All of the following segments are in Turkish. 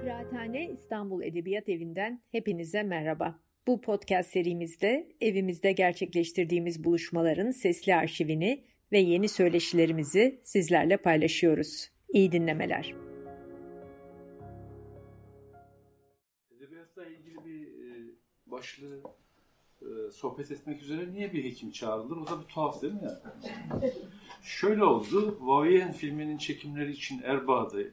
Kıraathane İstanbul Edebiyat Evi'nden hepinize merhaba. Bu podcast serimizde evimizde gerçekleştirdiğimiz buluşmaların sesli arşivini ve yeni söyleşilerimizi sizlerle paylaşıyoruz. İyi dinlemeler. Edebiyatla ilgili bir başlığı sohbet etmek üzere niye bir hekim çağrılır? O da bir tuhaf değil mi ya? Şöyle oldu. Vavien filminin çekimleri için Erbaa'daydık.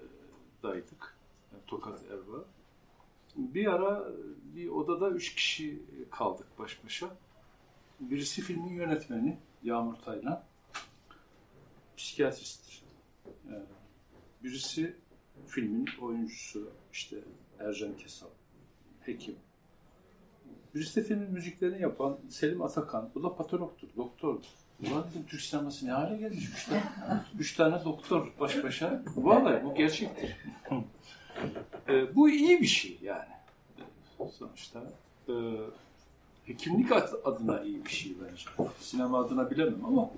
Tokat Erbaa. Bir ara bir odada 3 kişi kaldık baş başa. Birisi filmin yönetmeni Yağmur Taylan. Psikiyatristtir. Birisi filmin oyuncusu işte Ercan Kesal. Hekim. Birisi de filmin müziklerini yapan Selim Atakan. Bu da patologtur, doktordur. Ulan dedim, Türk sineması ne hale gelmiş? 3 tane doktor baş başa. Vallahi bu gerçektir. Bu iyi bir şey yani. Sonuçta hekimlik adına iyi bir şey bence. Sinema adına bilemem ama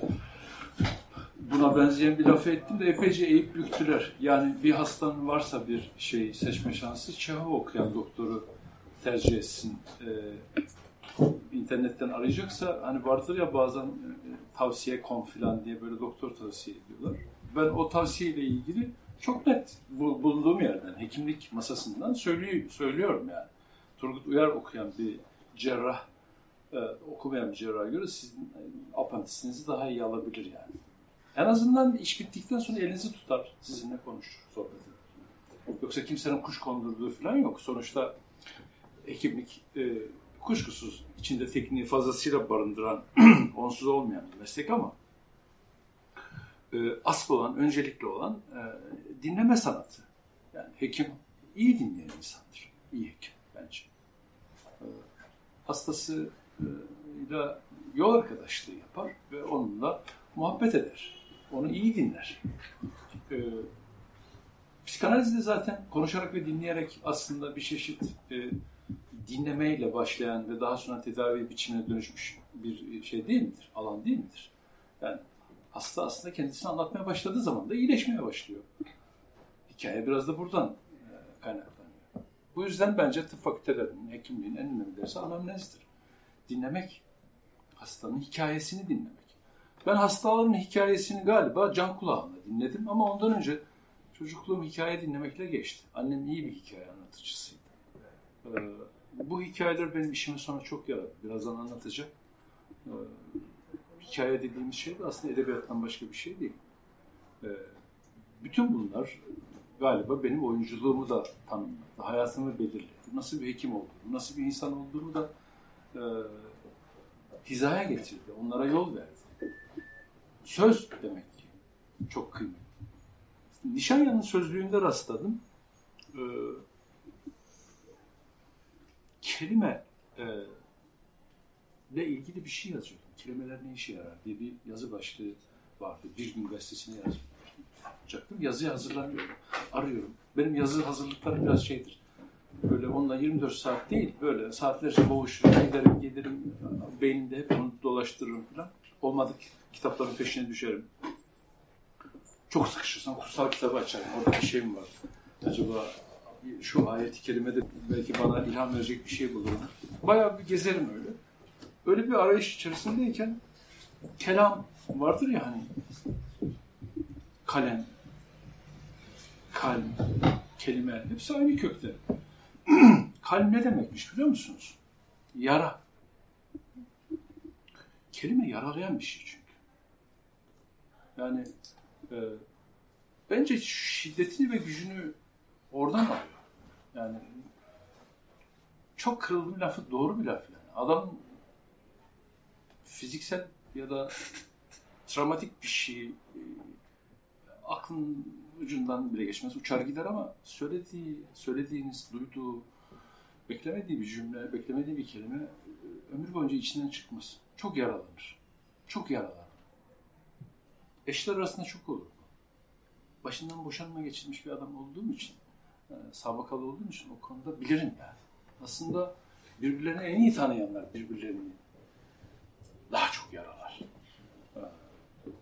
buna benzeyen bir lafı ettim de epeyce eğip büktüler. Yani bir hastanın varsa bir şey seçme şansı, Çehov okuyan doktoru tercih etsin. İnternetten arayacaksa hani vardır ya bazen tavsiye.com falan diye böyle doktor tavsiye ediyorlar. Ben o tavsiyeyle ilgili çok net bulunduğum yerden, hekimlik masasından söylüyorum yani. Turgut Uyar okuyan bir cerrah, okumayan bir cerraha göre sizin apantisinizi daha iyi alabilir yani. En azından iş bittikten sonra elinizi tutar, sizinle konuşur, sohbet eder. Yoksa kimsenin kuş kondurduğu falan yok. Sonuçta hekimlik kuşkusuz içinde tekniği fazlasıyla barındıran, onsuz olmayan bir meslek ama asıl olan, öncelikli olan dinleme sanatı. Yani hekim iyi dinleyen insandır. İyi hekim bence. Hastasıyla yol arkadaşlığı yapar ve onunla muhabbet eder. Onu iyi dinler. Psikanalizde zaten konuşarak ve dinleyerek aslında bir çeşit dinlemeyle başlayan ve daha sonra tedavi biçimine dönüşmüş bir şey değil midir? Alan değil midir? Yani hasta aslında kendisini anlatmaya başladığı zaman da iyileşmeye başlıyor. Hikaye biraz da buradan kaynaklanıyor. Bu yüzden bence tıp fakültelerinin, hekimliğin en önemli dersi anamnezdir. Dinlemek. Hastanın hikayesini dinlemek. Ben hastaların hikayesini galiba can kulağımla dinledim ama ondan önce çocukluğum hikaye dinlemekle geçti. Annem iyi bir hikaye anlatıcısıydı. Bu hikayeler benim işime sonra çok yaradı. Birazdan anlatacağım. Hikaye dediğimiz şey de aslında edebiyattan başka bir şey değil. Bütün bunlar galiba benim oyunculuğumu da tanımladı. Hayatımı belirledi. Nasıl bir hekim olduğumu, nasıl bir insan olduğumu da hizaya getirdi. Onlara yol verdi. Söz demek ki çok kıymetli. Nişanyan'ın sözlüğünde rastladım. Kelime ile ilgili bir şey yazıyordum. Kelimeler ne işe yarar diye bir yazı başlığı vardı. Bir gün gazetesine yazacaktım. Yazıya hazırlanıyorum. Arıyorum. Benim yazı hazırlıklarım biraz şeydir. Böyle onunla 24 saat değil, böyle saatlerce boğuşurum, giderim, gelirim, beynimde hep onu dolaştırırım falan. Olmadık kitapların peşine düşerim. Çok sıkışırsam kutsal kitabı açarım. Orada bir şey mi var? Acaba şu ayet-i kerimede belki bana ilham verecek bir şey bulurum. Bayağı bir gezerim öyle. Öyle bir arayış içerisindeyken kelam vardır ya hani kalem, kalm, kelime hepsi aynı kökte. Kalm ne demekmiş biliyor musunuz? Yara. Kelime yaralayan bir şey çünkü. Yani bence şiddetini ve gücünü oradan alıyor. Yani çok kırıldım lafı doğru bir laf yani. Adam fiziksel ya da travmatik bir şey aklın ucundan bile geçmez. Uçar gider ama söylediğiniz, duyduğu, beklemediği bir cümle, beklemediği bir kelime ömür boyunca içinden çıkmaz. Çok yaralanır. Çok yaralanır. Eşler arasında çok olur. Başından boşanma geçirmiş bir adam olduğum için, sabıkalı olduğum için o konuda bilirim yani. Aslında birbirlerini en iyi tanıyanlar birbirlerini daha çok yaralar.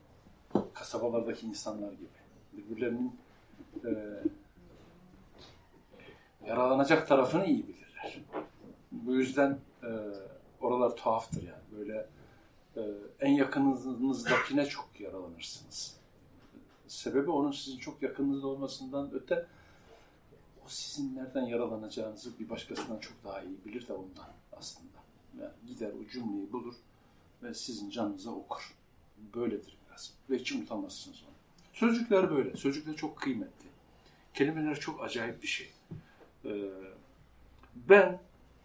Kasabalardaki insanlar gibi. Birbirlerinin yaralanacak tarafını iyi bilirler. Bu yüzden oralar tuhaftır yani. Böyle en yakınınızdakine çok yaralanırsınız. Sebebi onun sizin çok yakınınızda olmasından öte o sizin nereden yaralanacağınızı bir başkasından çok daha iyi bilir de ondan aslında. Yani gider o cümleyi bulur ve sizin canınıza okur. Böyledir biraz. Ve hiç unutamazsınız onu. Sözcükler böyle. Sözcükler çok kıymetli. Kelimeler çok acayip bir şey. Ben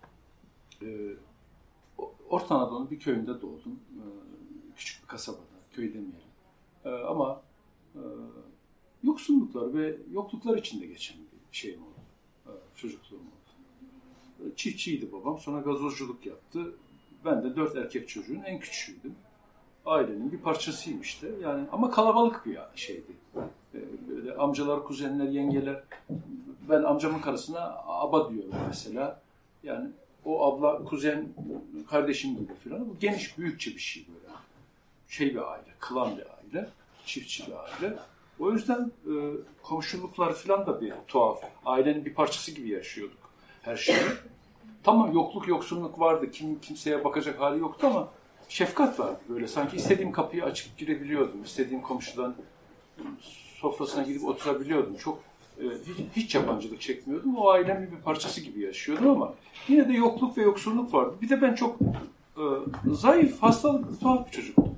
Orta Anadolu'nun bir köyünde doğdum. Küçük bir kasabada. Köy demeyelim. Ama yoksulluklar ve yokluklar içinde geçen bir şeyim oldu. Çocukluğum oldu. Çiftçiydi babam. Sonra gazozculuk yaptı. Ben de 4 erkek çocuğun en küçüğüydüm. Ailenin bir parçasıyım işte. Yani ama kalabalık bir şeydi. Böyle amcalar, kuzenler, yengeler. Ben amcamın karısına aba diyorum mesela. Yani o abla, kuzen, kardeşim gibi falan. Bu geniş, büyükçe bir şey böyle. Şey bir aile, klan bir aile, çiftçi bir aile. O yüzden komşuluklar falan da bir tuhaf. Ailenin bir parçası gibi yaşıyorduk her şeyi. Tamam yokluk, yoksunluk vardı. Kimseye bakacak hali yoktu ama şefkat vardı böyle. Sanki istediğim kapıyı açıp girebiliyordum. İstediğim komşudan sofrasına gidip oturabiliyordum. Çok hiç yabancılık çekmiyordum. O ailemin bir parçası gibi yaşıyordum ama yine de yokluk ve yoksulluk vardı. Bir de ben çok zayıf, hastalıklı, tuhaf bir çocuktum.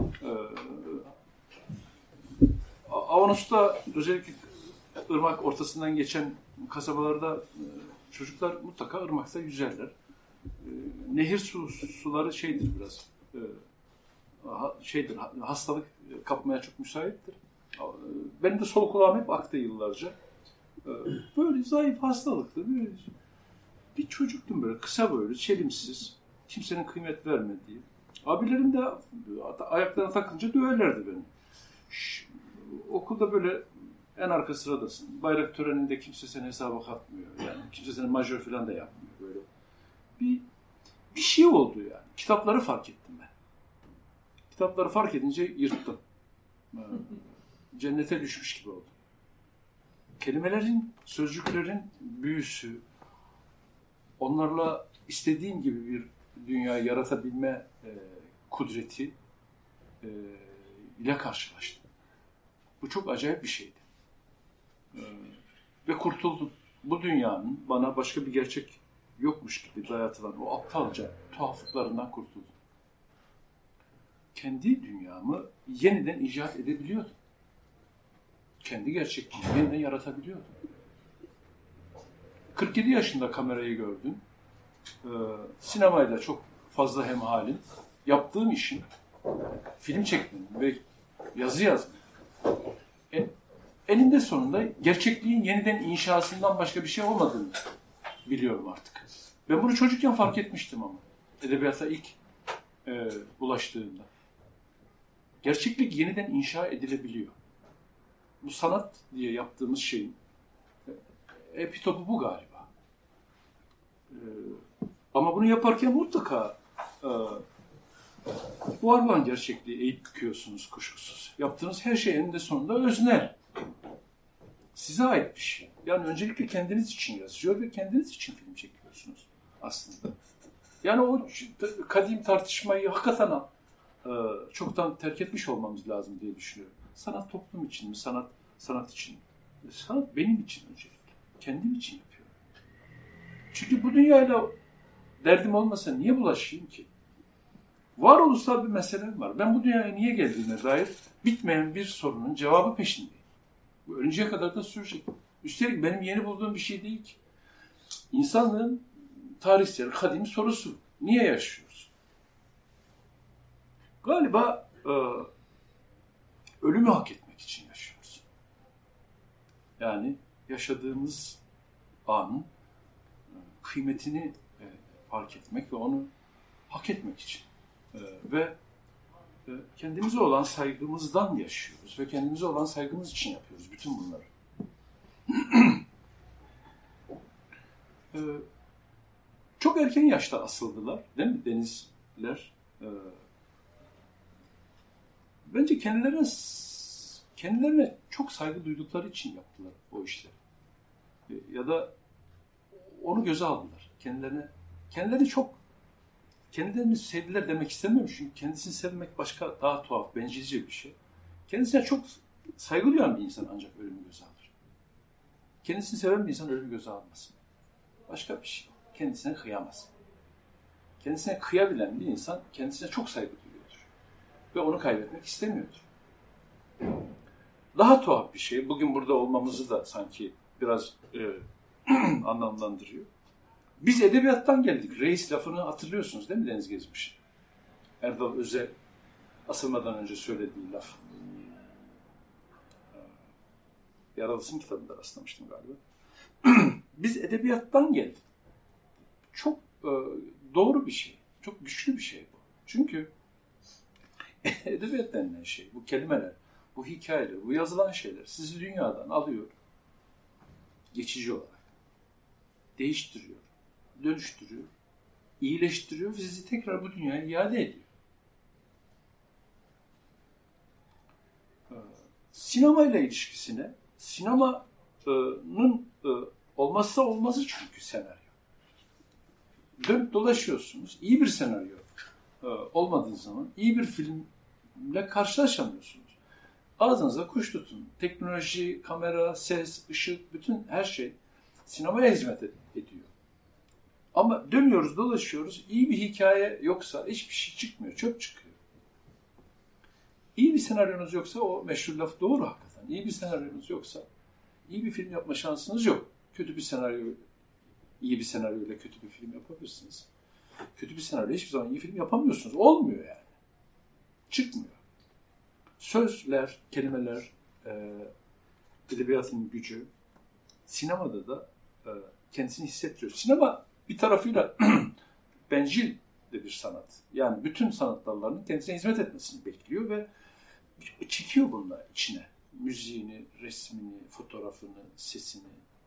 Avanos'ta özellikle ırmak ortasından geçen kasabalarda çocuklar mutlaka ırmakta yüzerler. Nehir suları şeydir biraz, hastalık kapmaya çok müsaittir. Benim de sol kulağım hep aktı yıllarca. Böyle zayıf, hastalıklı bir çocuktum böyle, kısa böyle, çelimsiz, kimsenin kıymet vermediği. Abilerim de ayaklarına takınca döverlerdi beni. Okulda böyle en arka sıradasın. Bayrak töreninde kimse seni hesaba katmıyor. Yani kimse seni majör falan da yapmıyor böyle. Bir şey oldu yani. Kitapları fark ettim ben. Kitapları fark edince yırttım. Cennete düşmüş gibi oldum. Kelimelerin, sözcüklerin büyüsü, onlarla istediğim gibi bir dünya yaratabilme kudreti ile karşılaştım. Bu çok acayip bir şeydi. Ve kurtuldum. Bu dünyanın bana başka bir gerçek yokmuş gibi dayatılan o aptalca tuhaflıklarından kurtuldum. Kendi dünyamı yeniden icat edebiliyordum. Kendi gerçekliğimi yeniden yaratabiliyordum. 47 yaşında kamerayı gördüm. Sinemayla çok fazla hemhalim. Yaptığım işin film çekmenin ve yazı yazmanın eninde sonunda gerçekliğin yeniden inşasından başka bir şey olmadığını biliyorum artık. Ben bunu çocukken fark etmiştim ama. Edebiyata ilk bulaştığımda. Gerçeklik yeniden inşa edilebiliyor. Bu sanat diye yaptığımız şeyin epitopu bu galiba. Ama bunu yaparken mutlaka varlığın gerçekliği eğip büküyorsunuz kuşkusuz. Yaptığınız her şey eninde sonunda öznel. Size ait bir şey. Yani öncelikle kendiniz için yazıyor ve kendiniz için film çekiyorsunuz aslında. Yani o kadim tartışmayı hakikaten çoktan terk etmiş olmamız lazım diye düşünüyorum. Sanat toplum için mi? Sanat için mi? Sanat benim için öncelikle. Kendim için yapıyorum. Çünkü bu dünyayla derdim olmasa niye bulaşayım ki? Varoluşsal bir meselem var. Ben bu dünyaya niye geldiğime dair bitmeyen bir sorunun cevabı peşindeyim. Bu ölünceye kadar da sürecek. Üstelik benim yeni bulduğum bir şey değil ki. İnsanlığın tarihsel, kadim sorusu. Niye yaşıyoruz? Galiba ölümü hak etmek için yaşıyoruz. Yani yaşadığımız anın kıymetini fark etmek ve onu hak etmek için. Ve kendimize olan saygımızdan yaşıyoruz ve kendimize olan saygımız için yapıyoruz bütün bunları. Çok erken yaşta asıldılar, değil mi denizler? Bence kendilerine çok saygı duydukları için yaptılar o işleri. Ya da onu göze aldılar. Kendilerini sevdiler demek istemiyorum çünkü kendisini sevmek başka, daha tuhaf, bencilce bir şey. Kendisine çok saygı duyan bir insan ancak ölümü göze alır. Kendisini seven bir insan ölümü göze almasın. Başka bir şey. Kendisine kıyamaz. Kendisine kıyabilen bir insan kendisine çok saygı duyuyordur. Ve onu kaybetmek istemiyordur. Daha tuhaf bir şey, bugün burada olmamızı da sanki biraz anlamlandırıyor. Biz edebiyattan geldik. Reis lafını hatırlıyorsunuz değil mi Deniz Gezmiş? Erdal Özel asılmadan önce söylediği laf. Yaralısın kitabında rastlamıştım galiba. Biz edebiyattan geldik. Çok doğru bir şey. Çok güçlü bir şey bu. Çünkü edebiyat denilen şey, bu kelimeler, bu hikayeler, bu yazılan şeyler sizi dünyadan alıyor, geçici olarak, değiştiriyor, dönüştürüyor, iyileştiriyor ve sizi tekrar bu dünyaya iade ediyor. Sinemayla ilişkisine, sinemanın olmazsa olmazı çünkü senaryo. Dönüp dolaşıyorsunuz, iyi bir senaryo olmadığı zaman iyi bir filmle karşılaşamıyorsunuz. Ağzınıza kuş tutun. Teknoloji, kamera, ses, ışık, bütün her şey sinemaya hizmet ediyor. Ama dönüyoruz, dolaşıyoruz. İyi bir hikaye yoksa hiçbir şey çıkmıyor, çöp çıkıyor. İyi bir senaryonuz yoksa o meşhur laf doğru hakikaten. İyi bir senaryonuz yoksa iyi bir film yapma şansınız yok. Kötü bir senaryo, iyi bir senaryoyla kötü bir film yapabilirsiniz. Kötü bir senaryo hiçbir zaman iyi film yapamıyorsunuz. Olmuyor yani. Çıkmıyor. Sözler, kelimeler, edebiyatın gücü sinemada da kendisini hissettiriyor. Sinema bir tarafıyla bencil de bir sanat. Yani bütün sanat dallarının kendisine hizmet etmesini bekliyor ve çekiyor bununla içine. Müziğini, resmini, fotoğrafını, sesini,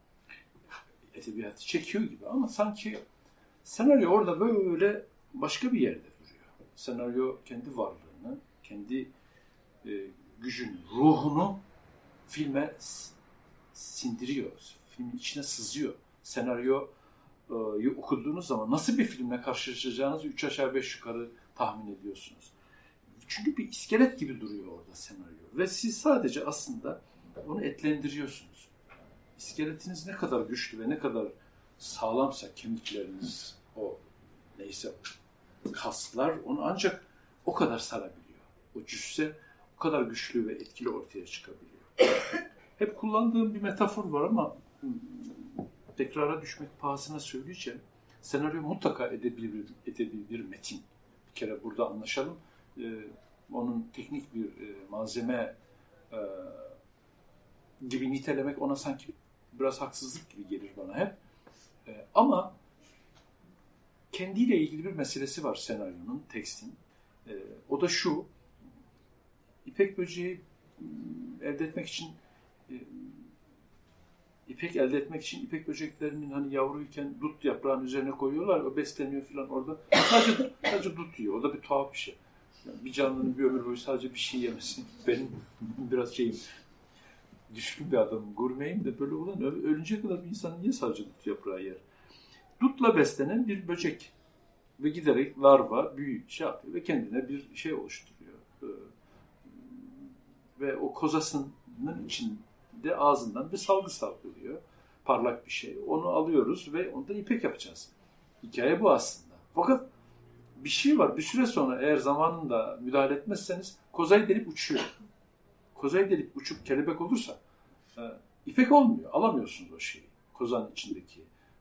edebiyatı çekiyor gibi ama sanki senaryo orada böyle başka bir yerde duruyor. Senaryo kendi varlığını, kendi gücünü, ruhunu filme sindiriyor. Filmin içine sızıyor. Senaryoyu okuduğunuz zaman nasıl bir filmle karşılaşacağınızı 3 aşağı 5 yukarı tahmin ediyorsunuz. Çünkü bir iskelet gibi duruyor orada senaryo. Ve siz sadece aslında onu etlendiriyorsunuz. İskeletiniz ne kadar güçlü ve ne kadar sağlamsa kemikleriniz, o neyse kaslar onu ancak o kadar sarabiliyor. O cüsse o kadar güçlü ve etkili ortaya çıkabiliyor. Hep kullandığım bir metafor var ama tekrara düşmek pahasına söyleyeceğim. Senaryo mutlaka edebilir bir metin. Bir kere burada anlaşalım. Onun teknik bir malzeme gibi nitelemek ona sanki biraz haksızlık gibi gelir bana hep. Ama kendiyle ilgili bir meselesi var senaryonun, tekstin. O da şu, İpek böceği elde etmek için ipek böceklerinin hani yavruyken dut yaprağının üzerine koyuyorlar, o besleniyor falan orada. Sadece dut yiyor. O da bir tuhaf bir şey. Yani bir canlının bir ömür boyu sadece bir şey yemesi. Benim biraz düşkün bir adamım, gurmeyim de böyle olan ölünceye kadar bir insan niye sadece dut yaprağı yer? Dutla beslenen bir böcek ve giderek larva yapıyor ve kendine bir şey oluşturuyor. Ve o kozasının içinde ağzından bir salgı salgılıyor. Parlak bir şey. Onu alıyoruz ve ondan ipek yapacağız. Hikaye bu aslında. Fakat bir şey var. Bir süre sonra eğer zamanında müdahale etmezseniz kozayı delip uçuyor. Kozayı delip uçup kelebek olursa ipek olmuyor. Alamıyorsunuz o şeyi. Kozanın içindeki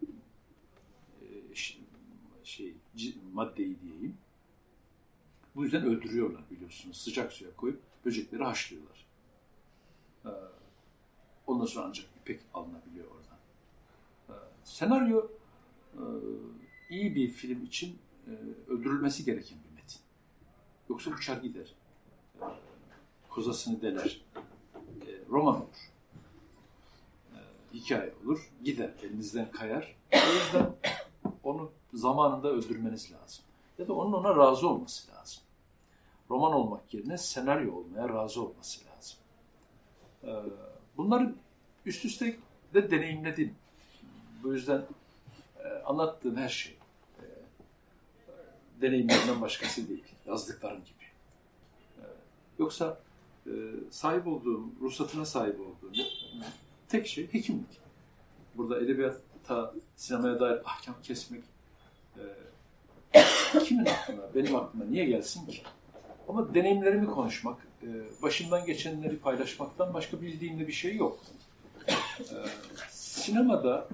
maddeyi diyeyim. Bu yüzden öldürüyorlar biliyorsunuz. Sıcak suya koyup böcekleri haşlıyorlar. Ondan sonra ancak ipek alınabiliyor oradan. Senaryo iyi bir film için öldürülmesi gereken bir metin. Yoksa uçar gider. Kozasını deler. Roman olur. Hikaye olur. Gider. Elinizden kayar. O yüzden onu zamanında öldürmeniz lazım. Ya da onun ona razı olması lazım. Roman olmak yerine senaryo olmaya razı olması lazım. Bunları üst üste de deneyimledim. Bu yüzden anlattığım her şey deneyimlerimden başkası değil. Yazdıklarım gibi. Yoksa sahip olduğum, ruhsatına sahip olduğum tek şey hekimlik. Burada edebiyata, sinemaya dair ahkam kesmek kimin aklına, benim aklıma niye gelsin ki? Ama deneyimlerimi konuşmak, başımdan geçenleri paylaşmaktan başka bildiğimde bir şey yok. Sinemada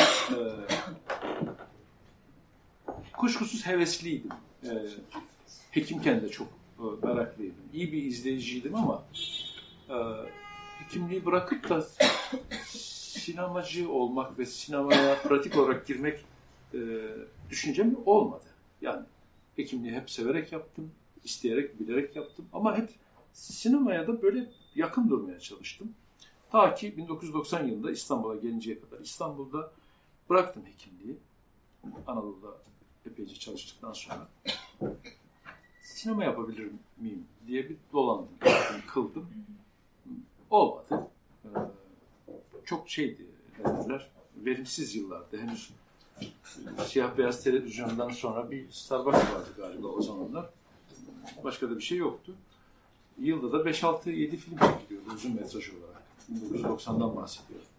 kuşkusuz hevesliydim. Hekimken de çok meraklıydım. İyi bir izleyiciydim ama hekimliği bırakıp da sinemacı olmak ve sinemaya pratik olarak girmek düşüncem olmadı. Yani hekimliği hep severek yaptım, isteyerek, bilerek yaptım ama hep sinemaya da böyle yakın durmaya çalıştım. Ta ki 1990 yılında İstanbul'a gelinceye kadar. İstanbul'da bıraktım hekimliği. Anadolu'da epeyce çalıştıktan sonra sinema yapabilir miyim diye bir dolandım, kıldım. Olmadı. Çok verimsiz yıllardı. Henüz siyah beyaz televizyondan sonra bir Starbucks vardı galiba o zamanlar. Başka da bir şey yoktu. Yılda da 5-6-7 film çekiliyordu uzun metraj olarak. 1990'dan bahsediyorum.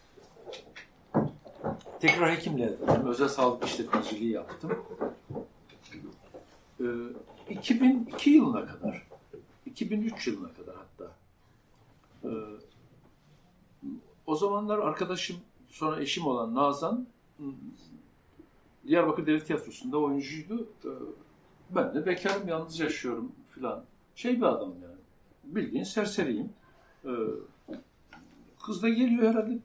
Tekrar hekimliğe döndüm. Özel sağlık işletmeciliği yaptım. 2002 yılına kadar, 2003 yılına kadar hatta. O zamanlar arkadaşım, sonra eşim olan Nazan, Diyarbakır Devlet Tiyatrosu'nda oyuncuydu. Ben de bekarım, yalnız yaşıyorum filan. Bir adam yani. Bildiğin serseriyim. Kız da geliyor herhalde.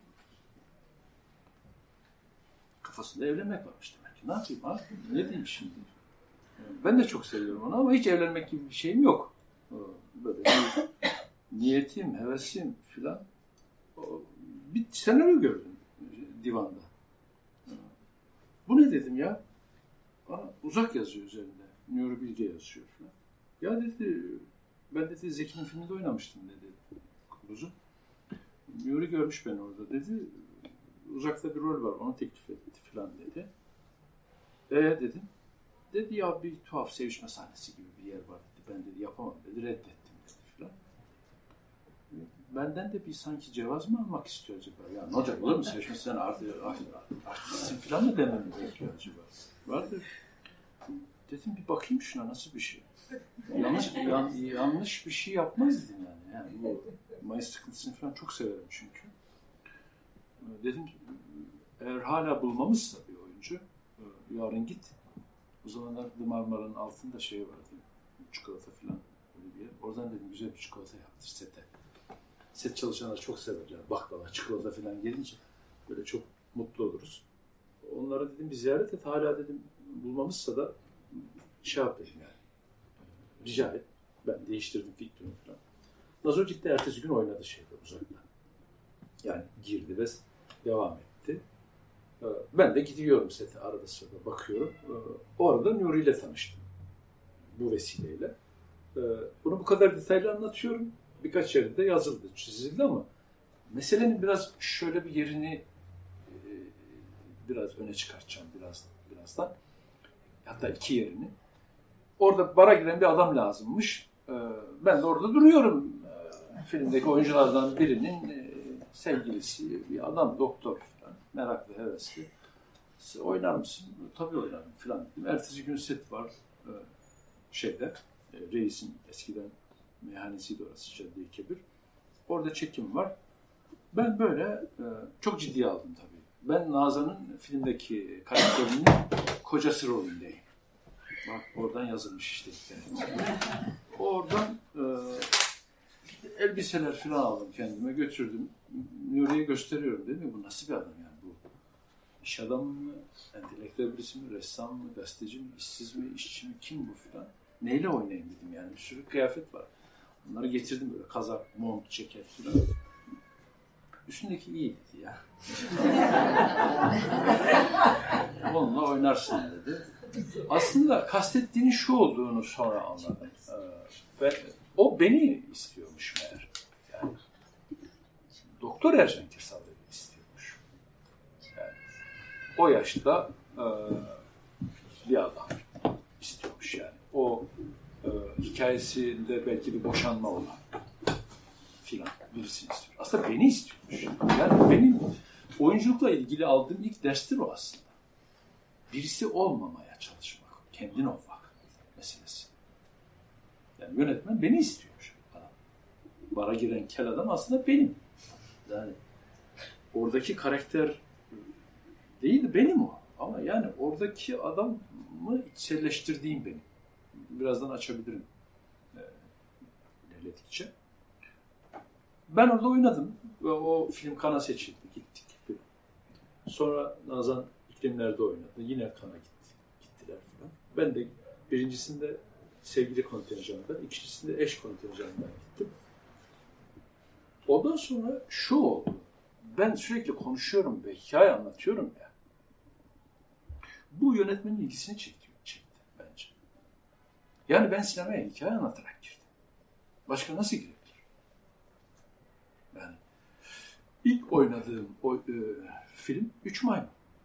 Kafasında evlenmek varmış demek ki. Ne yapayım abi? Ne diyeyim şimdi? Ben de çok seviyorum onu ama hiç evlenmek gibi bir şeyim yok. Böyle bir niyetim, hevesim filan. Bir senaryo gördüm divanda. Bu ne dedim ya? Uzak yazıyor üzerinde. Nuri Bilge yazıyor filan. Ya dedi, ben dedi Zeki'nin filminde oynamıştım dedi kurucu. Nuri görmüş beni orada dedi. Uzakta bir rol var, onu teklif etti filan dedi. Dedim. Dedi ya bir tuhaf sevişme sahnesi gibi bir yer var dedi. Ben dedi yapamam dedi, reddettim dedi filan. Benden de bir sanki cevaz mı almak istiyor acaba? Ya ne olacak, olur mu sevişme sen artistsin filan mı demem mi bekliyor acaba? Vardır. Dedim bir bakayım şuna nasıl bir şey. Yanlış bir şey yapmaz dedim yani. Yani bu Mayıs sıkıntısını falan çok severim çünkü. Dedim eğer hala bulmamızsa bir oyuncu yarın git. O zamanlar Marmara'nın altında vardı. Çikolata falan öyle bir yer. Oradan dedim güzel bir çikolata yaptır sete. Set çalışanlar çok severler. Baklava, çikolata falan gelince böyle çok mutlu oluruz. Onlara dedim bir ziyaret et. Hala dedim bulmamızsa da yap dedim yani. Rica et. Ben değiştirdim fikrimi falan. Nazo gitti. Ertesi gün oynadı uzakta. Yani girdi ve devam etti. Ben de gidiyorum sete. Arada sırada bakıyorum. O arada Nuri ile tanıştım. Bu vesileyle. Bunu bu kadar detaylı anlatıyorum. Birkaç yerde yazıldı, çizildi ama meselenin biraz şöyle bir yerini biraz öne çıkartacağım birazdan. Hatta iki yerini. Orada bara giren bir adam lazımmış. Ben de orada duruyorum. Filmdeki oyunculardan birinin sevgilisi, bir adam, doktor falan. Meraklı, hevesli. Oynar mısın? Tabii oynarım falan dedim. Ertesi gün set var Reis'in eskiden meyhanesiydi orası, Cadde-i Kebir. Orada çekim var. Ben böyle çok ciddiye aldım tabii. Ben Nazan'ın filmdeki karakterinin kocası rolündeyim. Bak oradan yazılmış işte. Oradan elbiseler falan aldım kendime, götürdüm. Nuri'ye gösteriyorum. Değil mi? Bu nasıl bir adam yani? Bu iş adamı mı? Entelektüel birisi mi? Ressam mı? Gazeteci mi? İşsiz mi? İşçi mi? Kim bu falan? Neyle oynayayım dedim yani. Bir sürü kıyafet var. Onları getirdim böyle. Kazak, mont, ceket falan. Üstündeki iyi dedi ya. Onunla oynarsın dedi. Aslında kastettiğinin şu olduğunu sonra anladım. Ve o beni istiyormuş meğer. Yani Doktor Ercan Kesal'ı istiyormuş. Yani o yaşta bir adam istiyormuş yani. O hikayesinde belki bir boşanma olan filan birisini istiyor. Aslında beni istiyormuş. Yani benim oyunculukla ilgili aldığım ilk derstir o aslında. Birisi olmamaya çalışmak, kendin olmak meselesi. Yani yönetmen beni istiyormuş. Bara giren kel adam aslında benim. Yani oradaki karakter değil, benim o. Ama yani oradaki adamı içselleştirdiğim benim. Birazdan açabilirim ilerledikçe. Ben orada oynadım. Ve o film Cannes'a seçildi. Gittik. Sonra Nazan İklimler'de oynadı. Yine Cannes'a gittiler falan. Ben de birincisinde sevgili kontenjanında, ikincisinde eş kontenjanından gittim. Ondan sonra şu oldu. Ben sürekli konuşuyorum ve hikaye anlatıyorum ya. Bu yönetmenin ilgisini çekti bence. Yani ben sinemaya hikaye anlatarak girdim. Başka nasıl girebilir? Yani ilk oynadığım film Üç Maymun.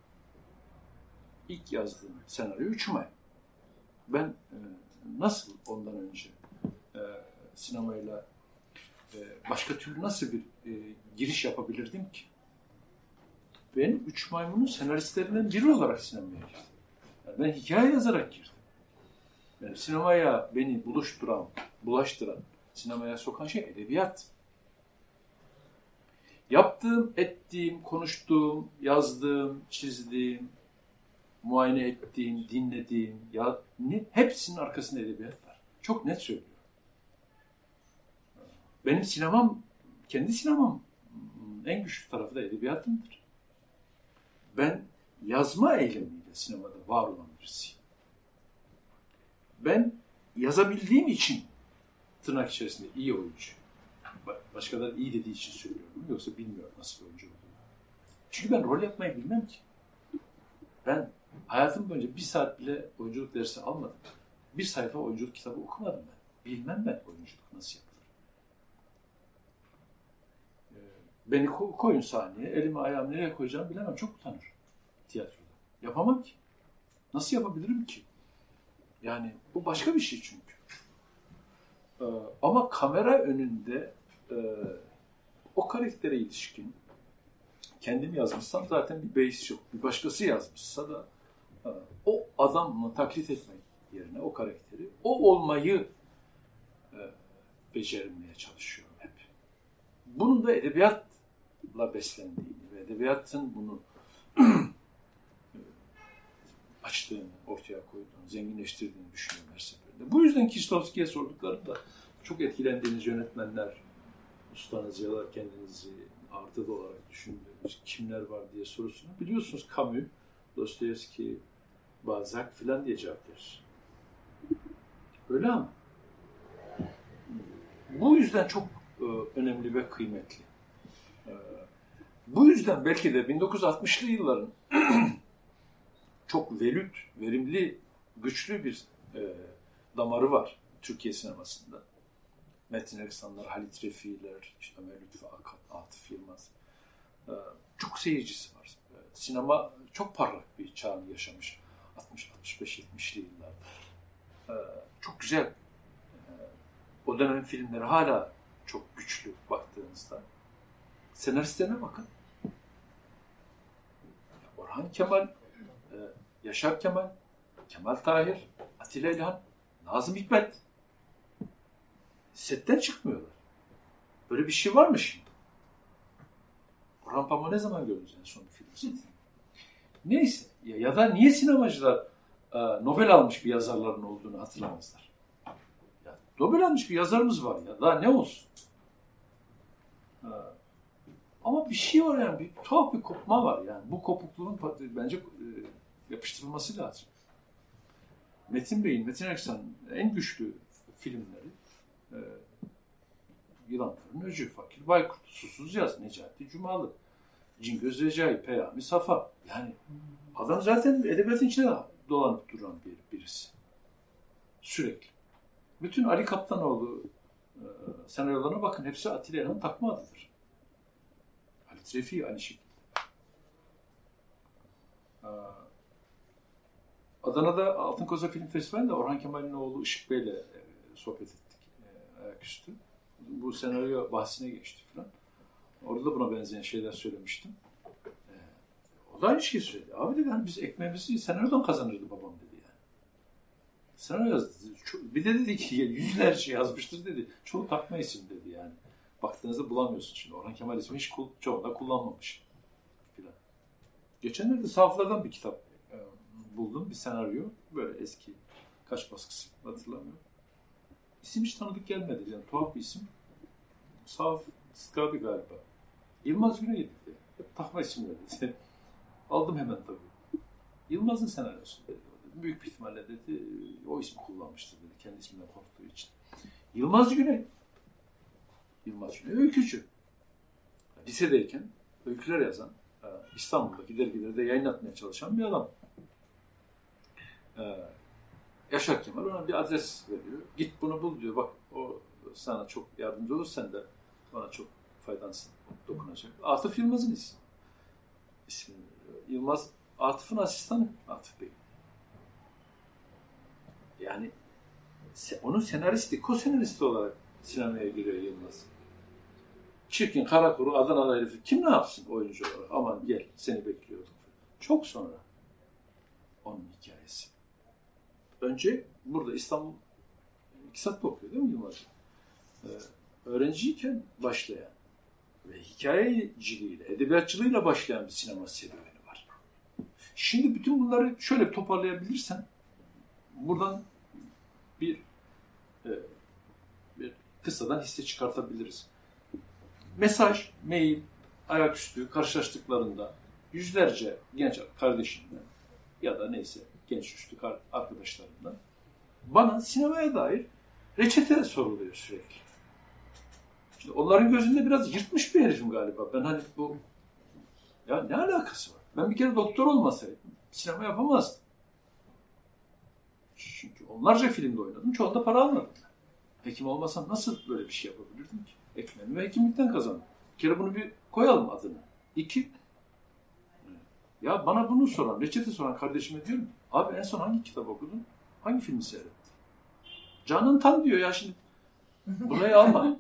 İlk yazdığım senaryo Üç Maymun. Ben nasıl ondan önce sinemayla başka türlü nasıl bir giriş yapabilirdim ki? Ben Üç Maymun'un senaristlerinden biri olarak sinemaya girdim. Yani ben hikaye yazarak girdim. Yani sinemaya beni bulaştıran, sinemaya sokan şey edebiyat. Yaptığım, ettiğim, konuştuğum, yazdığım, çizdiğim, muayene ettiğim, dinlediğim, hepsinin arkasında edebiyat var. Çok net söylüyorum. Benim kendi sinemam en güçlü tarafı da edebiyatımdır. Ben yazma eylemiyle sinemada var olan birisiyim. Ben yazabildiğim için tırnak içerisinde iyi oyuncu. Başkaları iyi dediği için söylüyorum. Yoksa bilmiyorum nasıl bir oyuncu olduğunu. Çünkü ben rol yapmayı bilmem ki. Ben hayatım boyunca bir saat bile oyunculuk dersi almadım. Bir sayfa oyunculuk kitabı okumadım ben. Bilmem ben oyunculuk nasıl yapılır. Beni koyun sahneye, elimi ayağımı nereye koyacağımı bilemem. Çok utanır tiyatroda. Yapamam ki. Nasıl yapabilirim ki? Yani bu başka bir şey çünkü. Ama kamera önünde o karaktere ilişkin kendim yazmışsam zaten bir beis yok. Bir başkası yazmışsa da o adamla taklit etmek yerine o karakteri, o olmayı becermeye çalışıyorum hep. Bunun da edebiyatla beslendiğini ve edebiyatın bunu açtığını, ortaya koyduğunu, zenginleştirdiğini düşünüyorum her seferinde. Bu yüzden Kieślowski'ye sorduklarında çok etkilendiğiniz yönetmenler, ustanız ya da kendinizi artı olarak düşündüğünüz kimler var diye sorusunu biliyorsunuz. Camus, Dostoyevski, Balzac filan diye cevap verir. Öyle ama bu yüzden çok önemli ve kıymetli. Bu yüzden belki de 1960'lı yılların çok verimli, güçlü bir damarı var Türkiye sinemasında. Metin Erksanlar, Halit Refi'ler, işte Ömer Lütfü Akat, Atıf Yılmaz. Çok seyircisi var. Sinema çok parlak bir çağını yaşamış 60-65-70'li yıllarda. Çok güzel. O dönemin filmleri hala çok güçlü baktığınızda. Senaristlerine bakın. Orhan Kemal, Yaşar Kemal, Kemal Tahir, Atilla İlhan, Nazım Hikmet. Setten çıkmıyorlar. Böyle bir şey var mı şimdi? Orhan Pamuk'u ne zaman gördünüz en son film? Neyse. Ya da niye sinemacılar Nobel almış bir yazarların olduğunu hatırlamazlar? Ya, Nobel almış bir yazarımız var ya. Daha ne olsun? Ama bir şey var yani. Bir tuhaf bir kopma var yani. Bu kopukluğun bence yapıştırılması lazım. Metin Erksan'ın en güçlü filmleri Yılanların Öcü, Fakir Baykurt, Susuz Yaz, Necati Cumalı, Cingöz Recai, Peyami Safa. Yani adam zaten edebiyatın içine dolanıp duran birisi. Sürekli. Bütün Ali Kaptanoğlu senaryolarına bakın. Hepsi Atilla İlhan'ın takma adıdır. Halit Refi aynı şekilde. Adana'da Altın Koza Film Festivali'nde Orhan Kemal'in oğlu Işık Bey'le sohbet ettik ayaküstü. Bu senaryo bahsine geçti falan. Orada da buna benzeyen şeyler söylemiştim. O da aynı şeyi söyledi. Abi dedi hani biz ekmeğimizi senaryodan kazanırdı babam dedi yani. Senaryo yazdı. Bir de dedi ki yüzlerce yazmıştır dedi. Çoğu takma isim dedi yani. Baktığınızda bulamıyorsun şimdi. Orhan Kemal ismi hiç çoğunda kullanmamış. Falan. Geçenlerde sahaflardan bir kitap buldum. Bir senaryo. Böyle eski. Kaç baskısı hatırlamıyorum. İsim hiç tanıdık gelmedi. Yani tuhaf bir isim. Sahaf Sıskabi galiba. Yılmaz Güney dedi. Hep takma isimler dedi. Aldım hemen tabii. Yılmaz'ın senaryosu dedi. Büyük bir ihtimalle dedi o ismi kullanmıştır dedi. Kendi isminden korktuğu için. Yılmaz Güney öykücü. Lisedeyken öyküler yazan, İstanbul'daki dergilerde yayınlatmaya çalışan bir adam. Yaşar Kemal ona bir adres veriyor. Git bunu bul diyor. Bak o sana çok yardımcı olur. Sen de bana çok faydansın dokunacak. Atıf Yılmaz'ın ismi. Yılmaz Atıf'ın asistanı Atıf Bey. Yani onun senaristi, ko-senaristi olarak sinemaya giriyor Yılmaz. Çirkin, kara kuru, Adanalı herifi. Kim ne yapsın oyuncu olarak? Aman gel, seni bekliyorduk. Çok sonra onun hikayesi. Önce burada İstanbul İktisat'ta okuyor değil mi Yılmaz? Öğrenciyken başlayan ve hikayeciliğiyle, edebiyatçılığıyla başlayan bir sinema serüveni var. Şimdi bütün bunları şöyle bir toparlayabilirsen buradan bir kıssadan hisse çıkartabiliriz. Mesaj, mail, ayaküstü karşılaştıklarında yüzlerce genç kardeşinden ya da neyse genç üstü arkadaşlarından bana sinemaya dair reçete soruluyor sürekli. İşte onların gözünde biraz yırtmış bir herifim galiba. Ben hani bu ya ne alakası var? Ben bir kere doktor olmasaydım sinema yapamazdım. Çünkü onlarca filmde oynadım. Çoğunda para almadım. Hekim olmasam nasıl böyle bir şey yapabilirdim ki? Ekmeğimi ve hekimlikten kazandım. Bir kere bunu bir koyalım adını. 2. Ya bana bunu soran, reçete soran kardeşime diyorum. Abi en son hangi kitap okudun? Hangi filmi seyrettin? Canan Tan diyor ya şimdi. Burayı alma.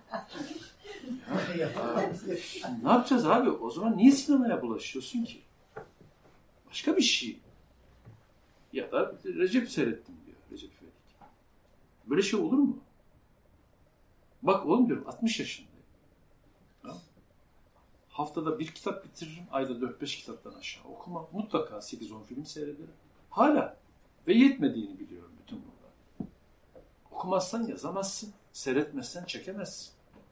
Ne yapacağız abi? O zaman niye sinemaya bulaşıyorsun ki? Başka bir şey. Ya da Recep seyrettim diyor. Recep İvedik. Böyle şey olur mu? Bak oğlum diyorum 60 yaşındayım. Ha? Haftada bir kitap bitiririm. Ayda 4-5 kitaptan aşağı okumam. Mutlaka 8-10 film seyrederim. Hala. Ve yetmediğini biliyorum bütün bunlar. Okumazsan yazamazsın. Seyretmezsen çekemezsin.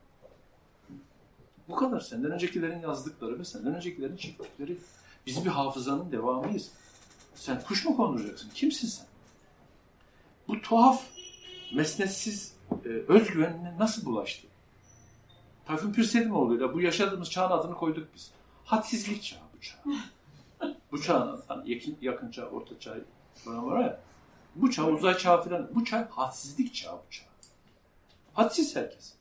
Bu kadar. Senden öncekilerin yazdıkları ve senden öncekilerin çektikleri. Biz bir hafızanın devamıyız. Sen kuş mu konduracaksın? Kimsin sen? Bu tuhaf, mesnetsiz özgüvenine nasıl bulaştı? Tayfun Pirsedimoğlu'yla bu yaşadığımız çağın adını koyduk biz. Hadsizlik çağı bu çağ. Bu çağın hani yakın çağ, orta çağ var ya. Bu çağ uzay çağı falan. Bu çağ hadsizlik çağı bu çağ. Hadsiz herkes.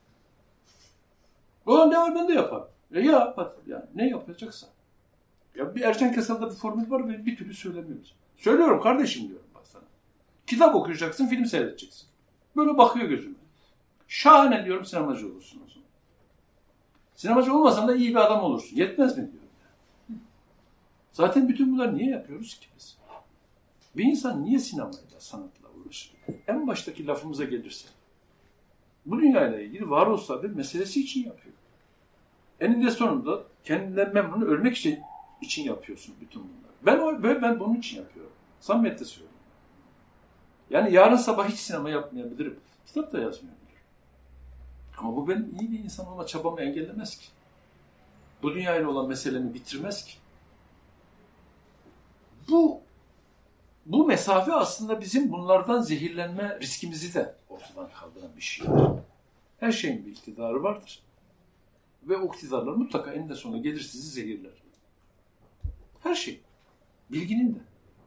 O ne var ben de yaparım. Yani ne yapacaksa. Ya bir Ercan Kesal'da bir formül var ve bir türlü söylemiyoruz. Söylüyorum kardeşim diyorum bak sana. Kitap okuyacaksın, film seyredeceksin. Böyle bakıyor gözüme. Şahane diyorum sinemacı olursun o zaman. Sinemacı olmasan da iyi bir adam olursun. Yetmez mi diyorum. Zaten bütün bunları niye yapıyoruz ki biz? Bir insan niye sinemayla, sanatla uğraşır? En baştaki lafımıza gelirse. Bu dünyayla ilgili varoluşsal bir meselesi için yapıyor. Eninde sonunda kendinden memnun ölmek için yapıyorsun bütün bunları. Ben bunun için yapıyorum. Samimiyetle söylüyorum. Yani yarın sabah hiç sinema yapmayabilirim. Kitap da yazmayabilirim. Ama bu benim iyi bir insan olma çabamı engellemez ki. Bu dünyayla olan meselemi bitirmez ki. Bu mesafe aslında bizim bunlardan zehirlenme riskimizi de ortadan kaldıran bir şeydir. Her şeyin bir iktidarı vardır. Ve o iktidarlar mutlaka eninde sonunda gelir sizi zehirler. Her şey. Bilginin de.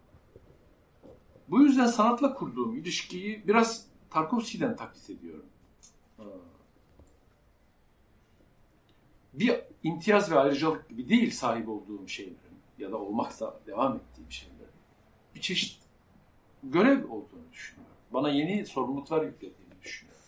Bu yüzden sanatla kurduğum ilişkiyi biraz Tarkovski'den taklit ediyorum. Bir imtiyaz ve ayrıcalık gibi değil sahip olduğum şeylerin. ya da olmakta devam ettiğim şeyler bir çeşit görev olduğunu düşünüyorum. Bana yeni sorumluluklar yüklediğini düşünüyorum.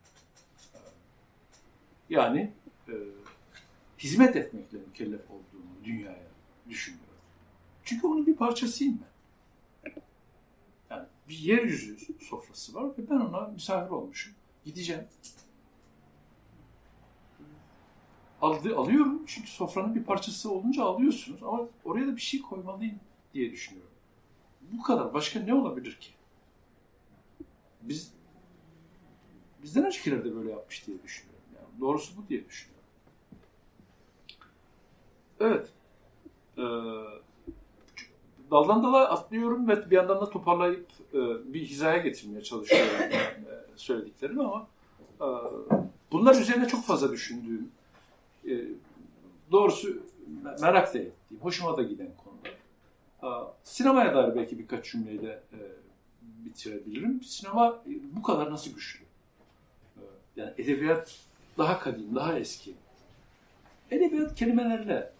Yani hizmet etmekle mükellef olduğumu dünyaya düşünüyorum. Çünkü onun bir parçasıyım ben. Yani bir yeryüzü sofrası var ve ben ona misafir olmuşum. Gideceğim. Alıyorum çünkü sofranın bir parçası olunca alıyorsunuz ama oraya da bir şey koymalıyım diye düşünüyorum. Bu kadar. Başka ne olabilir ki? Bizden öncekiler de böyle yapmış diye düşünüyorum. Yani doğrusu bu diye düşünüyorum. Evet. Daldan dala atlıyorum ve bir yandan da toparlayıp bir hizaya getirmeye çalışıyorum söylediklerimi ama bunlar üzerine çok fazla düşündüğüm, doğrusu merak da ettiğim, hoşuma da giden konular. Sinemaya dair belki birkaç cümleyle bitirebilirim. Sinema bu kadar nasıl güçlü? Yani edebiyat daha kadim, daha eski. Edebiyat kelimelerle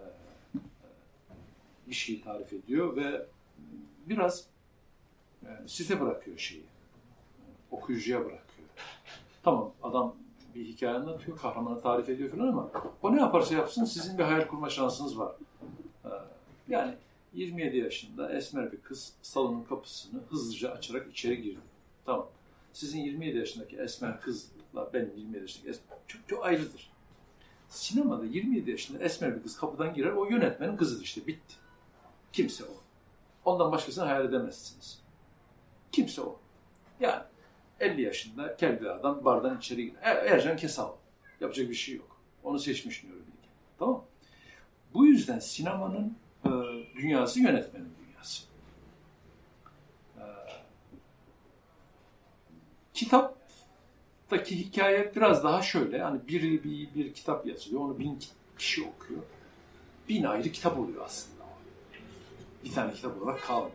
bir şey tarif ediyor ve biraz size bırakıyor şeyi. Okuyucuya bırakıyor. Tamam, adam bir hikaye anlatıyor, kahramanı tarif ediyor falan ama o ne yaparsa yapsın sizin bir hayal kurma şansınız var. Yani 27 yaşında esmer bir kız salonun kapısını hızlıca açarak içeri girdi. Tamam. Sizin 27 yaşındaki esmer kızla benim 27 yaşındaki esmer çok ayrıdır. Sinemada 27 yaşında esmer bir kız kapıdan girer, o yönetmenin kızıdır işte, bitti. Kimse o. Ondan başkasını hayal edemezsiniz. Kimse o. Yani 50 yaşında kel bir adam bardan içeri girer. Ercan Kesal. Yapacak bir şey yok. Onu seçmiş Nuri Bilge. Tamam. Bu yüzden sinemanın dünyası yönetmenin dünyası. Kitaptaki hikaye biraz daha şöyle. Yani bir kitap yazılıyor. Onu 1000 kişi okuyor. 1000 ayrı kitap oluyor aslında. Bir tane kitap olarak kalmıyor.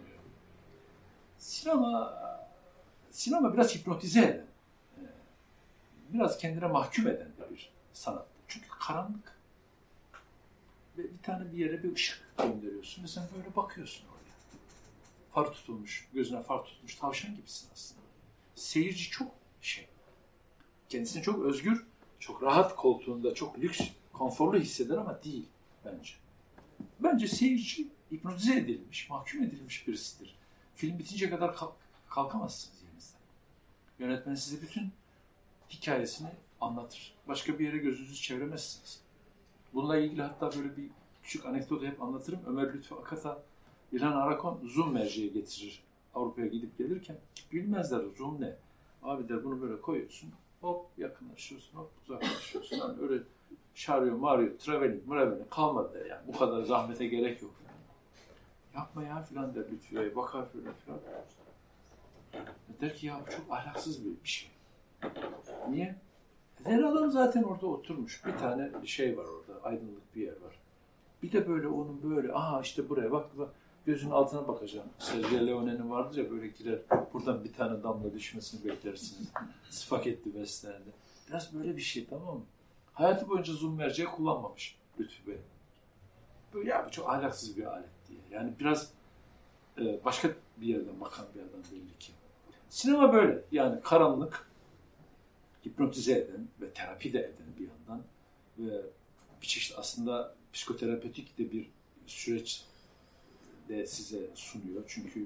Sinema biraz hipnotize eden, biraz kendine mahkum eden bir sanat. Çünkü karanlık. Ve bir yere bir ışık gönderiyorsun ve sen böyle bakıyorsun oraya. Far tutulmuş, gözüne far tutulmuş tavşan gibisin aslında. Seyirci çok kendisini çok özgür, çok rahat koltuğunda, çok lüks, konforlu hisseder ama değil bence. Bence seyirci hipnotize edilmiş, mahkum edilmiş birisidir. Film bitince kadar kalkamazsınız yerinizden. Yönetmen size bütün hikayesini anlatır. Başka bir yere gözünüzü çeviremezsiniz. Bununla ilgili hatta böyle bir küçük anekdotu hep anlatırım. Ömer Lütfü Akat'a İlhan Arakon zoom merceği getirir. Avrupa'ya gidip gelirken bilmezler zoom ne? Abi der bunu böyle koyuyorsun. Hop yakınlaşıyorsun, hop uzaklaşıyorsun. Yani öyle şaryo, maryo, traveling kalmadı der yani. Bu kadar zahmete gerek yok. Yapma ya filan der Lütfü'ye. Bakar filan. Der ki ya bu çok ahlaksız bir şey. Niye? Her adam zaten orada oturmuş. Bir tane şey var orada. Aydınlık bir yer var. Bir de böyle onun böyle işte buraya bak gözünün altına bakacağım. Sergio Leone'nin vardır ya böyle girer. Buradan bir tane damla düşmesini beklersiniz. Spagetti beslerinde. Biraz böyle bir şey, tamam mı? Hayatı boyunca zoom merceği kullanmamış Lütfü Bey. Böyle ya bu çok ahlaksız bir alet diye. Yani biraz başka bir yerden bakan bir adam belli ki. Sinema böyle. Yani karanlık, hipnotize eden ve terapi de eden bir yandan ve bir çeşit aslında psikoterapötik de bir süreç de size sunuyor. Çünkü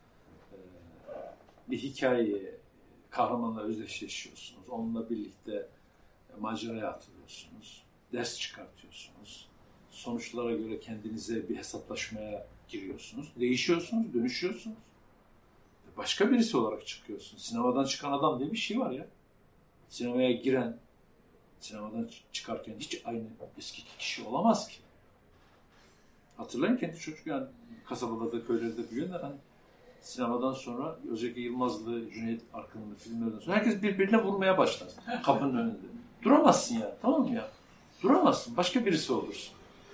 bir hikayeye kahramanla özdeşleşiyorsunuz. Onunla birlikte maceraya atılıyorsunuz. Ders çıkartıyorsunuz. Sonuçlara göre kendinize bir hesaplaşmaya giriyorsunuz. Değişiyorsunuz, dönüşüyorsunuz. Başka birisi olarak çıkıyorsunuz. Sinemadan çıkan adam diye bir şey var ya. Sinemaya giren, sinemadan çıkarken hiç aynı eski kişi olamaz ki. Hatırlayın kendi çocuk yani kasabalarda, köylerde büyüyenler hani sinemadan sonra özellikle Yılmazlı, Cüneyt Arkın'ın filmlerden sonra herkes birbirine vurmaya başlar kapının önünde. Duramazsın ya, tamam mı ya? Duramazsın, başka birisi olursun.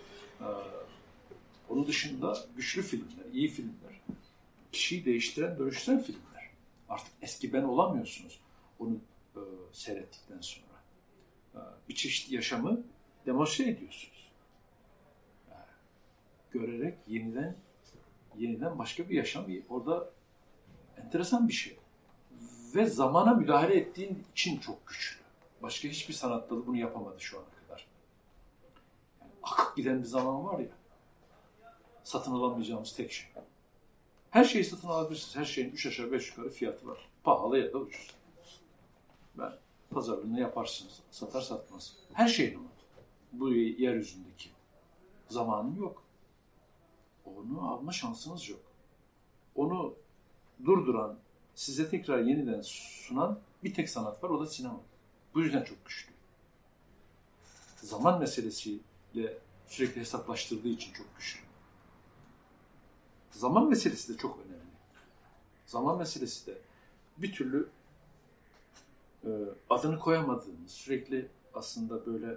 Onun dışında güçlü filmler, iyi filmler, kişiyi değiştiren, dönüştüren filmler. Artık eski ben olamıyorsunuz onu seyrettikten sonra. Bir çeşit yaşamı demonstre ediyorsunuz. görerek yeniden başka bir yaşam. Orada enteresan bir şey. Ve zamana müdahale ettiğin için çok güçlü. Başka hiçbir sanat dalı bunu yapamadı şu ana kadar. Yani akıp giden bir zaman var ya, satın alamayacağımız tek şey. Her şeyi satın alabilirsiniz. Her şeyin 3 aşağı 5 yukarı fiyatı var. Pahalı ya da ucuz. Ben pazarlığını yaparsınız. Satar satmaz. Her şeyin ama. Bu yeryüzündeki. Zamanım yok. Onu alma şansınız yok. Onu durduran, size tekrar yeniden sunan bir tek sanat var. O da sinema. Bu yüzden çok güçlü. Zaman meselesiyle sürekli hesaplaştırdığı için çok güçlü. Zaman meselesi de çok önemli. Zaman meselesi de bir türlü adını koyamadığımız, sürekli aslında böyle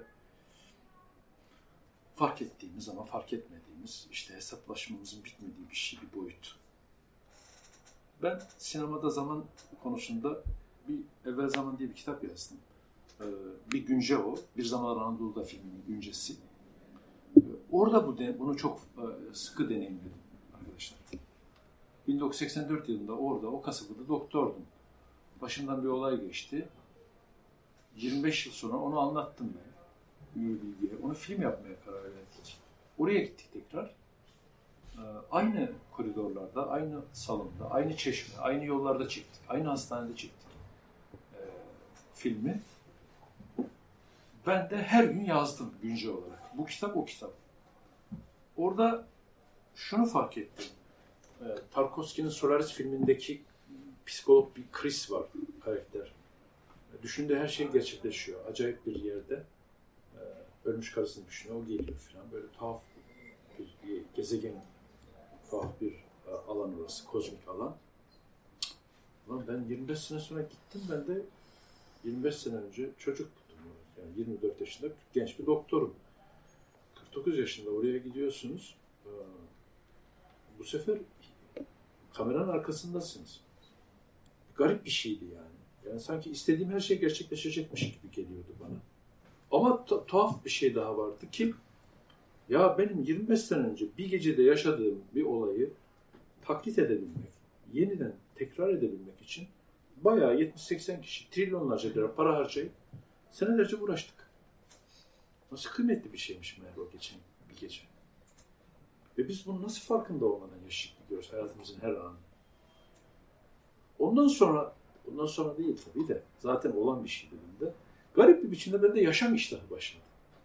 fark ettiğimiz ama fark etmediğimiz, işte hesaplaşmamızın bitmediği bir şey, bir boyut. Ben sinemada zaman konusunda Evvel Zaman diye bir kitap yazdım. Bir günce o. Bir Zamanlar Anadolu'da filminin güncesi. Orada bunu çok sıkı deneyimledim arkadaşlar. 1984 yılında orada, o kasabada doktordum. Başımdan bir olay geçti. 25 yıl sonra onu anlattım ben. Ünlü Bilgi'ye. Onu film yapmaya karar verdik. Oraya gittik tekrar. Aynı koridorlarda, aynı salonda, aynı çeşme, aynı yollarda çektik. Aynı hastanede çektik filmi. Ben de her gün yazdım güncel olarak. Bu kitap o kitap. Orada şunu fark ettim. Tarkovski'nin Solaris filmindeki psikolog bir Chris var, karakter. Düşündüğü her şey gerçekleşiyor. Acayip bir yerde. Ölmüş karısını düşünüyor, o geliyor falan. Böyle tuhaf bir gezegen, tuhaf bir alan orası, kozmik alan. Ulan ben 25 sene sonra gittim, ben de 25 sene önce çocuktum. Yani 24 yaşında genç bir doktorum. 49 yaşında oraya gidiyorsunuz. Bu sefer kameranın arkasındasınız. Garip bir şeydi yani. Yani sanki istediğim her şey gerçekleşecekmiş gibi geliyordu bana. Ama tuhaf bir şey daha vardı ki, ya benim 25 sene önce bir gecede yaşadığım bir olayı taklit edebilmek, yeniden tekrar edebilmek için bayağı 70-80 kişi trilyonlarca lira para harcayıp senelerce uğraştık. Nasıl kıymetli bir şeymiş meğer o geçen bir gece. Ve biz bunu nasıl farkında olmadan yaşayıp gidiyoruz hayatımızın her anı. Ondan sonra değil tabii de zaten olan bir şeydi bende. Garip bir biçimde bende yaşam iştahı başladı.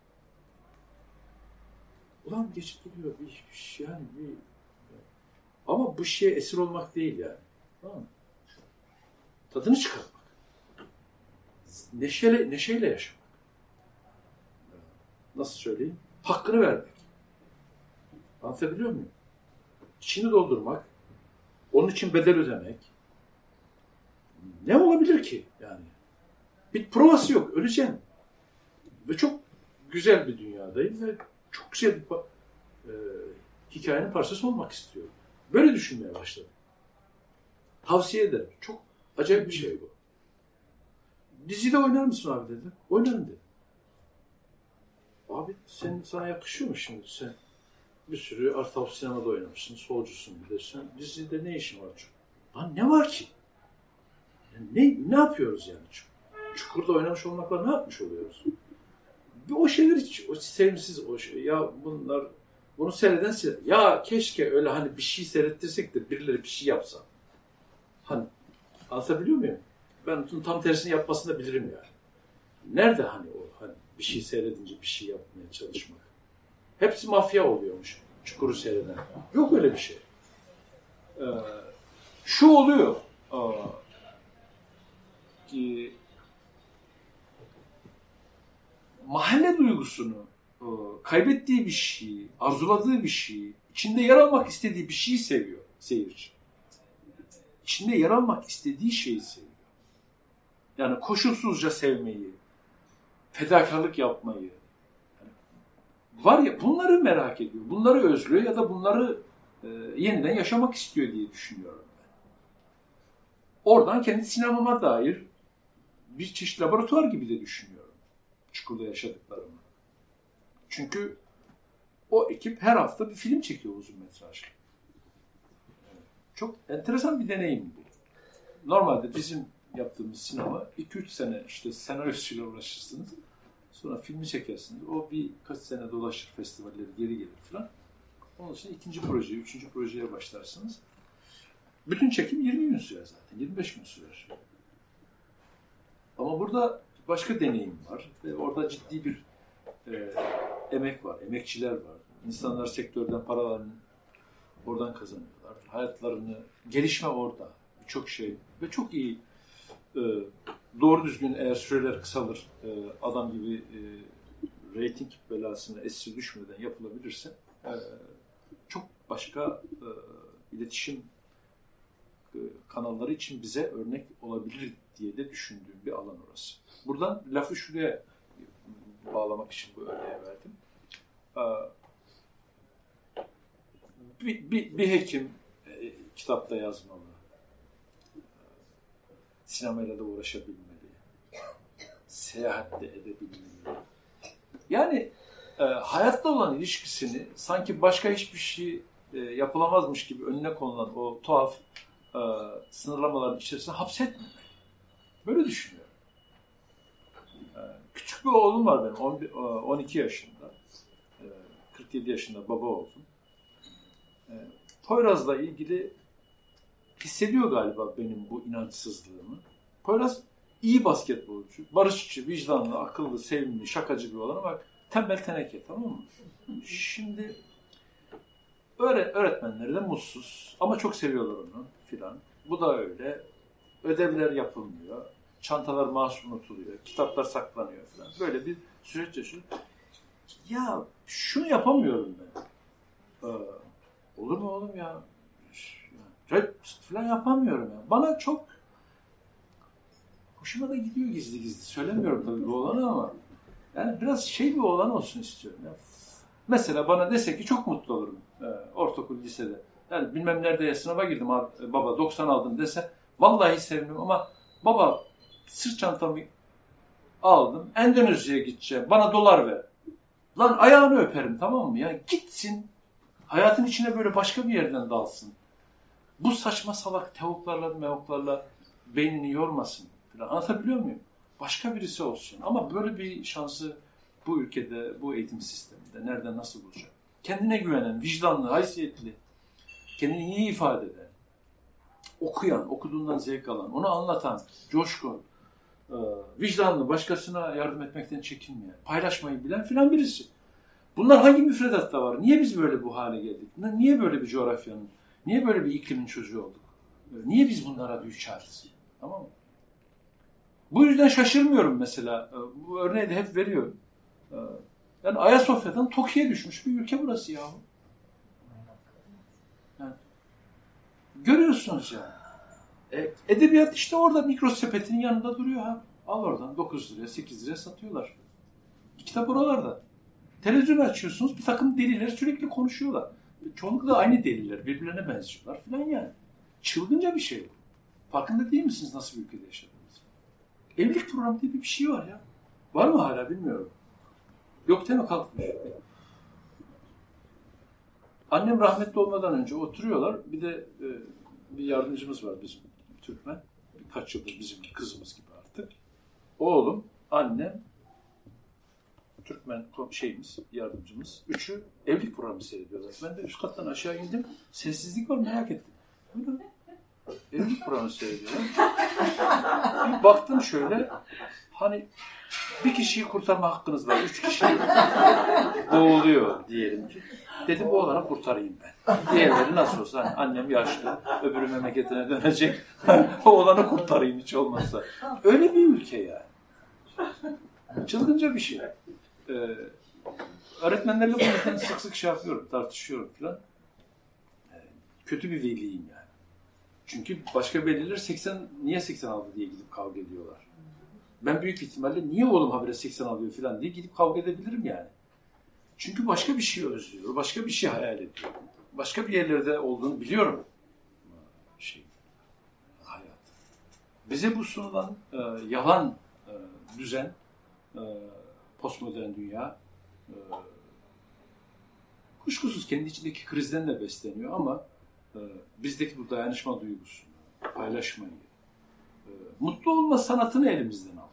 Ulan geçip gidiyor bir şey yani ama bu şeye esir olmak değil yani. Tamam mı? Tadını çıkartmak. Neşeyle yaşamak. Nasıl söyleyeyim? Hakkını vermek. Anlatabiliyor muyum? İçini doldurmak, onun için bedel ödemek. Ne olabilir ki yani? Bir provası yok, öleceğim. Ve çok güzel bir dünyadayım ve çok güzel bir hikayenin parçası olmak istiyorum. Böyle düşünmeye başladım. Tavsiye ederim. Çok acayip bir şey bu. Dizide oynar mısın abi dedi. Oynarım dedi. Abi sana yakışıyor mu şimdi? Sen bir sürü art house sinemada oynamışsın, solcusun bir de sen. Dizide ne işin var? Lan ne var ki? Yani ne yapıyoruz yani? Çukur'da oynamış olmakla ne yapmış oluyoruz? O şeyler hiç sevimsiz o şey. Ya bunu seyreden ya keşke öyle hani bir şey seyrettirsek de birileri bir şey yapsa. Hani anlatabiliyor muyum? Ben bunun tam tersini yapmasını da bilirim yani. Nerede hani o hani bir şey seyredince bir şey yapmaya çalışmak? Hepsi mafya oluyormuş Çukur'u seyreden. Yok öyle bir şey. Şu oluyor ki mahalle duygusunu kaybettiği bir şeyi, arzuladığı bir şeyi, içinde yer almak istediği bir şeyi seviyor seyirci. İçinde yer almak istediği şeyi seviyor. Yani koşulsuzca sevmeyi, fedakarlık yapmayı. Yani var ya bunları merak ediyor, bunları özlüyor ya da bunları yeniden yaşamak istiyor diye düşünüyorum ben. Oradan kendi sinemama dair bir çeşit laboratuvar gibi de düşünüyorum. Çukur'da yaşadıklarımı. Çünkü o ekip her hafta bir film çekiyor uzun metrajlı. Çok enteresan bir deneyim bu. Normalde bizim yaptığımız sinema 2-3 sene işte senaryosuyla uğraşırsınız. Sonra filmi çekersiniz. O birkaç sene dolaşır, festivalleri geri gelir falan. Onun için ikinci projeye, üçüncü projeye başlarsınız. Bütün çekim 20 gün sürer zaten. 25 gün sürer. Ama burada başka deneyim var. Ve orada ciddi bir emek var, emekçiler var. İnsanlar sektörden paralarını oradan kazanıyorlar. Hayatlarını, gelişme orada. Birçok şey ve çok iyi doğru düzgün eğer süreler kısalır, adam gibi reyting belasına esir düşmeden yapılabilirse çok başka iletişim kanalları için bize örnek olabilir diye de düşündüğüm bir alan orası. Buradan lafı şuraya bağlamak için bu örneği verdim. Bir hekim kitapta yazmalı. Sinemayla da uğraşabilmeli. Seyahat de edebilmeli. Yani hayatta olan ilişkisini sanki başka hiçbir şey yapılamazmış gibi önüne konulan o tuhaf sınırlamaların içerisine hapsetmemeli. Böyle düşünüyorum. Küçük bir oğlum var benim. 12 yaşında. 47 yaşında baba oldum. Poyraz'la ilgili hissediyor galiba benim bu inançsızlığımı. Poyraz iyi basketbolcu, barışçı, vicdanlı, akıllı, sevimli, şakacı bir olan ama tembel teneke, tamam mı? Şimdi öğretmenleri de mutsuz ama çok seviyorlar onu filan. Bu da öyle. Ödevler yapılmıyor. Çantalar masum unutuluyor. Kitaplar saklanıyor filan. Böyle bir süreç yaşıyor. Ya şunu yapamıyorum ben. Olur mu oğlum ya? Rap falan yapamıyorum ya. Bana çok hoşuma da gidiyor gizli gizli. Söylemiyorum tabii bu olanı ama yani biraz şey bir oğlan olsun istiyorum ya. Mesela bana dese ki çok mutlu olurum ortaokul, lisede. Yani bilmem nerede sınava girdim abi, baba 90 aldım dese vallahi sevinirim ama baba sırt çantamı aldım Endonezya'ya gideceğim bana dolar ver. Lan ayağını öperim, tamam mı? Yani gitsin hayatın içine böyle başka bir yerden dalsın. Bu saçma salak tavuklarla, mevuklarla beynini yormasın falan. Anlatabiliyor muyum? Başka birisi olsun. Ama böyle bir şansı bu ülkede, bu eğitim sisteminde nereden nasıl bulacak? Kendine güvenen, vicdanlı, haysiyetli, kendini iyi ifade eden, okuyan, okuduğundan zevk alan, onu anlatan, coşkun, vicdanlı, başkasına yardım etmekten çekinmeyen, paylaşmayı bilen filan birisi. Bunlar hangi müfredatta var? Niye biz böyle bu hale geldik? Niye böyle bir coğrafyanın, niye böyle bir iklimin çocuğu olduk? Niye biz bunlara düçarız? Tamam mı? Bu yüzden şaşırmıyorum mesela. Bu örneği de hep veriyorum. Yani Ayasofya'dan Tokyo'ya düşmüş bir ülke burası yahu. Yani, görüyorsunuz yani. Edebiyat işte orada mikrosepetinin yanında duruyor ha. Al oradan 9 liraya 8 liraya satıyorlar. Kitap oralarda. Televizyonu açıyorsunuz bir takım deliler sürekli konuşuyorlar. Çoğunlukla aynı deliler birbirlerine benziyorlar falan yani. Çılgınca bir şey bu. Farkında değil misiniz nasıl bir ülkede yaşadığınız? Evlilik programı diye bir şey var ya. Var mı hala bilmiyorum. Yok değil mi kalkmış. Annem rahmetli olmadan önce oturuyorlar. Bir de bir yardımcımız var bizim Türkmen. Birkaç yıldır bizim kızımız gibi artık. Oğlum, annem, Türkmen yardımcımız. Üçü evlilik programı seyrediyorlar. Ben de üst kattan aşağı indim. Sessizlik var merak ettim. Böyle evlilik programı seyrediyorlar. Bir baktım şöyle. Hani bir kişiyi kurtarma hakkınız var. 3 kişi boğuluyor diyelim ki. Dedim bu oğlanı kurtarayım ben. Diğerleri nasıl olsa hani annem yaşlı, öbürü memleketine dönecek. O oğlanı kurtarayım hiç olmazsa. Öyle bir ülke yani. Çılgınca bir şey. Öğretmenlerle bu yüzden sık sık şey yapıyorum, tartışıyorum falan. Kötü bir veliyim yani. Çünkü başka veliler niye 80 aldı diye gidip kavga ediyorlar. Ben büyük ihtimalle niye oğlum habire 80 alıyor falan diye gidip kavga edebilirim yani. Çünkü başka bir şey özlüyor, başka bir şey hayal ediyor. Başka bir yerlerde olduğunu biliyorum. Hayat. Bize bu sunulan yalan düzen, postmodern dünya kuşkusuz kendi içindeki krizden de besleniyor ama bizdeki bu dayanışma duygusunu, paylaşmayı, mutlu olma sanatını elimizden alıyor.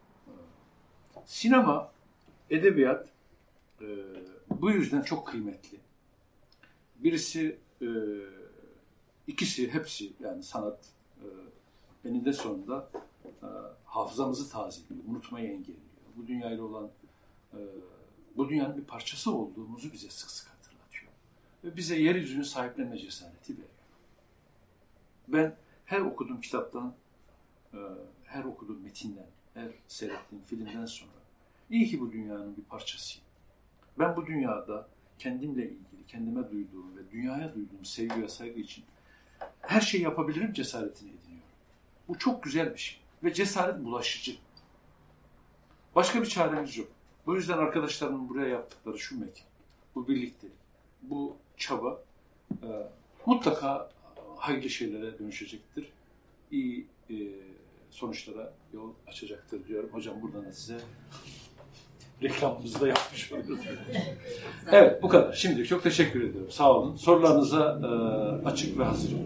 Sinema, edebiyat bu yüzden çok kıymetli. Birisi, ikisi, hepsi yani sanat eninde sonunda hafızamızı tazeliyor, unutmayı engelliyor. Bu dünyayla olan, bu dünyanın bir parçası olduğumuzu bize sık sık hatırlatıyor. Ve bize yeryüzünü sahiplenme cesareti veriyor. Ben her okuduğum kitaptan, her okuduğum metinden, her seyrettiğim filmden sonra iyi ki bu dünyanın bir parçasıyım. Ben bu dünyada kendimle ilgili, kendime duyduğum ve dünyaya duyduğum sevgi ve saygı için her şeyi yapabilirim cesaretini ediniyorum. Bu çok güzel bir şey. Ve cesaret bulaşıcı. Başka bir çaremiz yok. Bu yüzden arkadaşlarımın buraya yaptıkları şu mekan, bu birliktelik, bu çaba mutlaka hayırlı şeylere dönüşecektir. İyi sonuçlara yol açacaktır diyorum. Hocam buradan da size reklamımızı da yapmış oluyoruz. Evet, bu kadar. Şimdi çok teşekkür ediyorum. Sağ olun. Sorularınıza açık ve hazırım.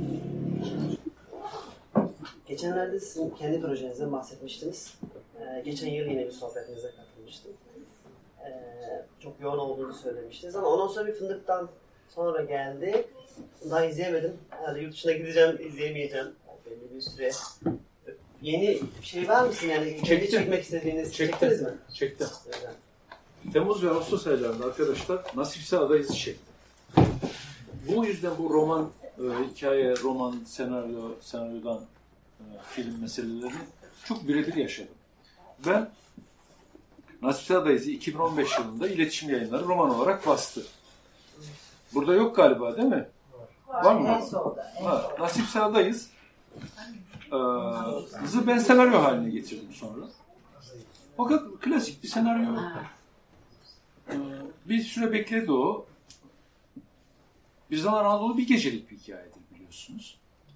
Geçenlerde sizin kendi projenizden bahsetmiştiniz. Geçen yıl yine bir sohbetinize katılmıştım. Çok yoğun olduğunu söylemiştiniz ama ondan sonra bir Fındık'tan sonra geldi. Daha izleyemedim. Herhalde yurt dışına gideceğim, izleyemeyeceğim. Belli bir süre. Yeni bir şey var mısın yani? Kendi çekmek istediğiniz, çektiniz mi? Çektim. Temmuz ve Ağustos aylarında arkadaşlar Nasipse Adayız'ı çektim. Bu yüzden bu roman, hikaye, roman, senaryodan film meselelerini çok birebir yaşadım. Ben Nasipse Adayız'ı 2015 yılında İletişim Yayınları roman olarak bastı. Burada yok galiba değil mi? Var mı? Nasipse Adayız ben senaryo haline getirdim sonra. Fakat klasik bir senaryo. Bir süre bekledi o. Bir zaman Anadolu bir gecelik bir hikayedir biliyorsunuz.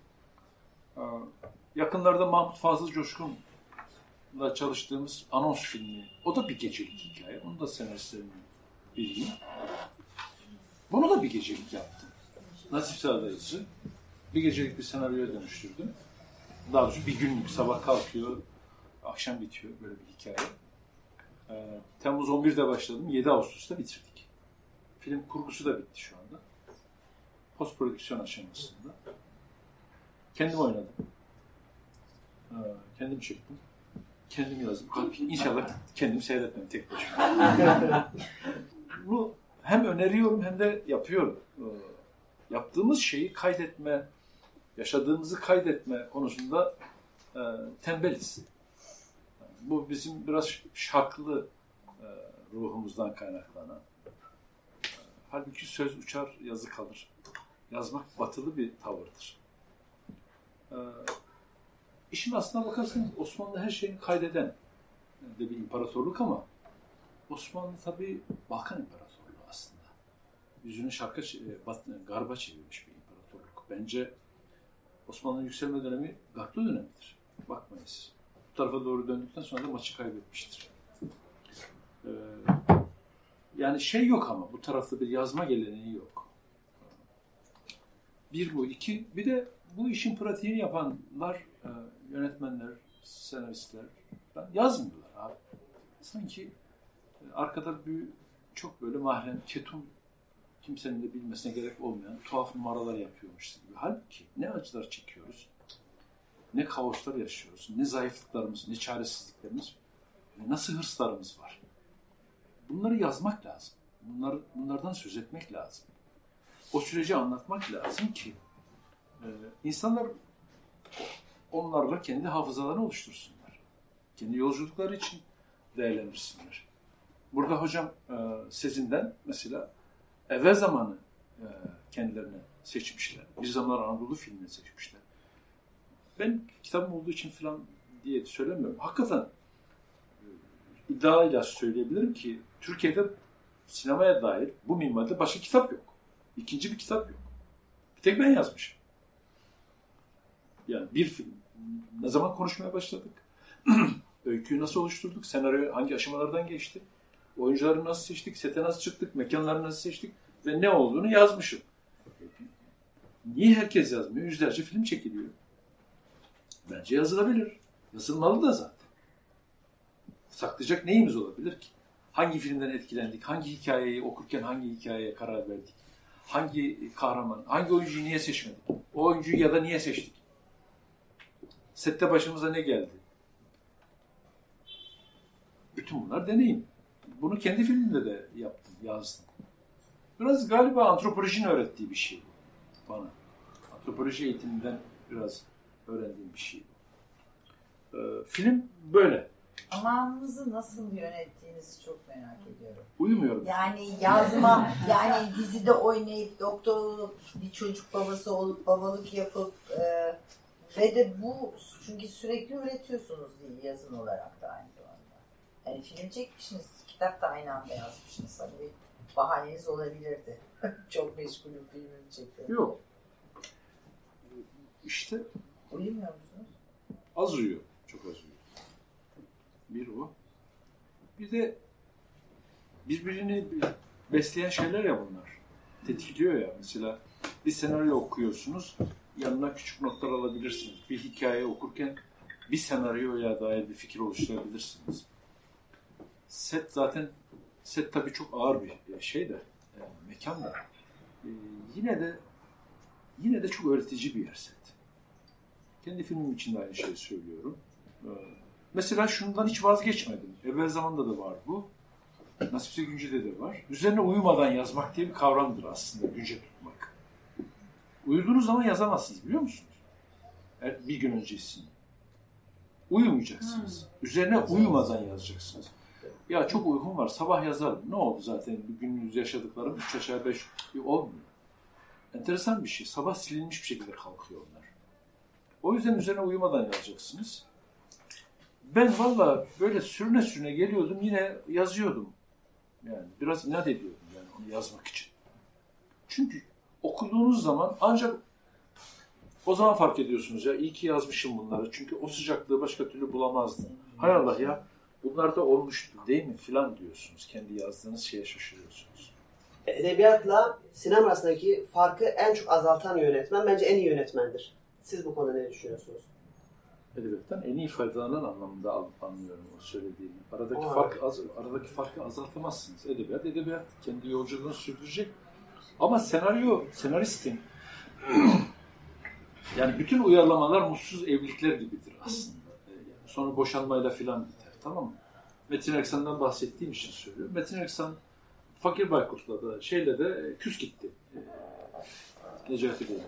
Yakınlarda Mahmut Fazıl Coşkun'la çalıştığımız Anons filmi, o da bir gecelik hikaye. Onun da senaristlerinin biriyim. Bunu da bir gecelik yaptım. Nasipse Adayız'ı bir gecelik bir senaryoya dönüştürdüm. Daha doğrusu bir günlük, sabah kalkıyor, akşam bitiyor böyle bir hikaye. Temmuz 11'de başladım, 7 Ağustos'ta bitirdik. Film kurgusu da bitti şu anda. Post prodüksiyon aşamasında. Kendim oynadım. Kendim çektim. Kendim yazdım. İnşallah kendim seyretmem tek başıma. Bunu hem öneriyorum hem de yapıyorum. Yaptığımız şeyi kaydetme, yaşadığımızı kaydetme konusunda tembeliz. Bu bizim biraz şarklı ruhumuzdan kaynaklanan. Halbuki söz uçar, yazı kalır. Yazmak batılı bir tavırdır. İşin aslına bakarsanız Osmanlı her şeyini kaydeden de bir imparatorluk ama Osmanlı tabii Balkan İmparatorluğu aslında. Yüzünü garba çevirmiş bir imparatorluk. Bence Osmanlı'nın yükselme dönemi Garplı dönemidir. Bakmayız. Bu tarafa doğru döndükten sonra da maçı kaybetmiştir. Yani şey yok ama bu tarafta bir yazma geleneği yok. Bir bu. İki, bir de bu işin pratiğini yapanlar, yönetmenler, senaristler yazmıyorlar abi. Sanki arkada çok böyle mahrem, ketum, kimsenin de bilmesine gerek olmayan tuhaf numaralar yapıyormuş gibi. Halbuki ne acılar çekiyoruz, ne kaoslar yaşıyoruz, ne zayıflıklarımız, ne çaresizliklerimiz, nasıl hırslarımız var. Bunları yazmak lazım. Bunlardan söz etmek lazım. O süreci anlatmak lazım ki insanlar onlarla kendi hafızalarını oluştursunlar. Kendi yolculukları için değerlendirsinler. Burada hocam Sezin'den mesela evvel zamanı kendilerine seçmişler. Bir zamanlar Anadolu filmini seçmişler. Ben kitabım olduğu için falan diye söylemiyorum. Hakikaten iddiayla söyleyebilirim ki Türkiye'de sinemaya dair bu minvalde başka kitap yok. İkinci bir kitap yok. Bir tek ben yazmışım. Yani bir film. Ne zaman konuşmaya başladık? Öyküyü nasıl oluşturduk? Senaryo hangi aşamalardan geçti? Oyuncuları nasıl seçtik? Sete nasıl çıktık? Mekanları nasıl seçtik? ve ne olduğunu yazmışım. Niye herkes yazmıyor? Yüzlerce film çekiliyor. Bence yazılabilir. Yazılmalı da zaten. Saklayacak neyimiz olabilir ki? Hangi filmden etkilendik? Hangi hikayeyi okurken hangi hikayeye karar verdik? Hangi kahraman, hangi oyuncuyu niye seçmedik? O oyuncuyu ya da niye seçtik? Sette başımıza ne geldi? Bütün bunlar deneyim. Bunu kendi filmimde de yaptım, yazdım. Biraz galiba antropolojinin öğrettiği bir şey bu bana. Antropoloji eğitiminden biraz öğrendiğim bir şey. Film böyle. Zamanınızı nasıl yönettiğinizi çok merak ediyorum. Uyumuyorum. Yani yazma, yani dizide oynayıp doktor olup bir çocuk babası olup babalık yapıp ve de bu çünkü sürekli üretiyorsunuz diye yazın olarak da aynı zamanda. Yani film çekmişsiniz, kitap da aynı anda yazmışsınız. Hani bir bahaneniz olabilirdi. Çok meşgulüm filmimi çekiyorum. Yok. İşte Uyumuyor musunuz? az uyuyor. Çok az uyuyor. Bir o. Bir de birbirini besleyen şeyler ya bunlar. Tetikliyor ya. Mesela bir senaryo okuyorsunuz. Yanına küçük notlar alabilirsiniz. Bir hikaye okurken bir senaryoya dair bir fikir oluşturabilirsiniz. Set tabii çok ağır bir şey de mekan da yine de çok öğretici bir yer set. Kendi filmim için de aynı şeyi söylüyorum. Mesela şundan hiç vazgeçmedim. Evvel zamanda da var bu. Nasipse Günce'de de var. Üzerine uyumadan yazmak diye bir kavramdır aslında, günce tutmak. Uyuduğunuz zaman yazamazsınız, biliyor musunuz? Bir gün öncesini. Uyumayacaksınız. Üzerine uyumadan yazacaksınız. Ya çok uykum var, sabah yazarım. Ne oldu zaten? Bir gününüz yaşadıklarım 3 aşağı 5 olmuyor. Enteresan bir şey. Sabah silinmiş bir şekilde kalkıyor onlar. O yüzden üzerine uyumadan yazacaksınız. Ben valla böyle sürüne sürüne geliyordum, yine yazıyordum. Yani biraz inat ediyordum yani onu yazmak için. Çünkü okuduğunuz zaman ancak o zaman fark ediyorsunuz ya, iyi ki yazmışım bunları. Çünkü o sıcaklığı başka türlü bulamazdım. Hay Allah ya, bunlar da olmuştu değil mi filan diyorsunuz. Kendi yazdığınız şeye şaşırıyorsunuz. Edebiyatla sinema arasındaki farkı en çok azaltan yönetmen bence en iyi yönetmendir. Siz bu konuda ne düşünüyorsunuz? Edebiyattan en iyi faydalanan anlamında anlıyorum o söylediğini. Aradaki farkı azaltamazsınız. Edebiyat kendi yolculuğunu sürdürecek. Ama senaristin yani bütün uyarlamalar mutsuz evlilikler gibidir aslında. Yani sonra boşanmayla filan biter. Tamam mı? Metin Erksan'dan bahsettiğim için söylüyorum. Metin Erksan Fakir Baykurt'la da küs gitti. Necati Bey'le.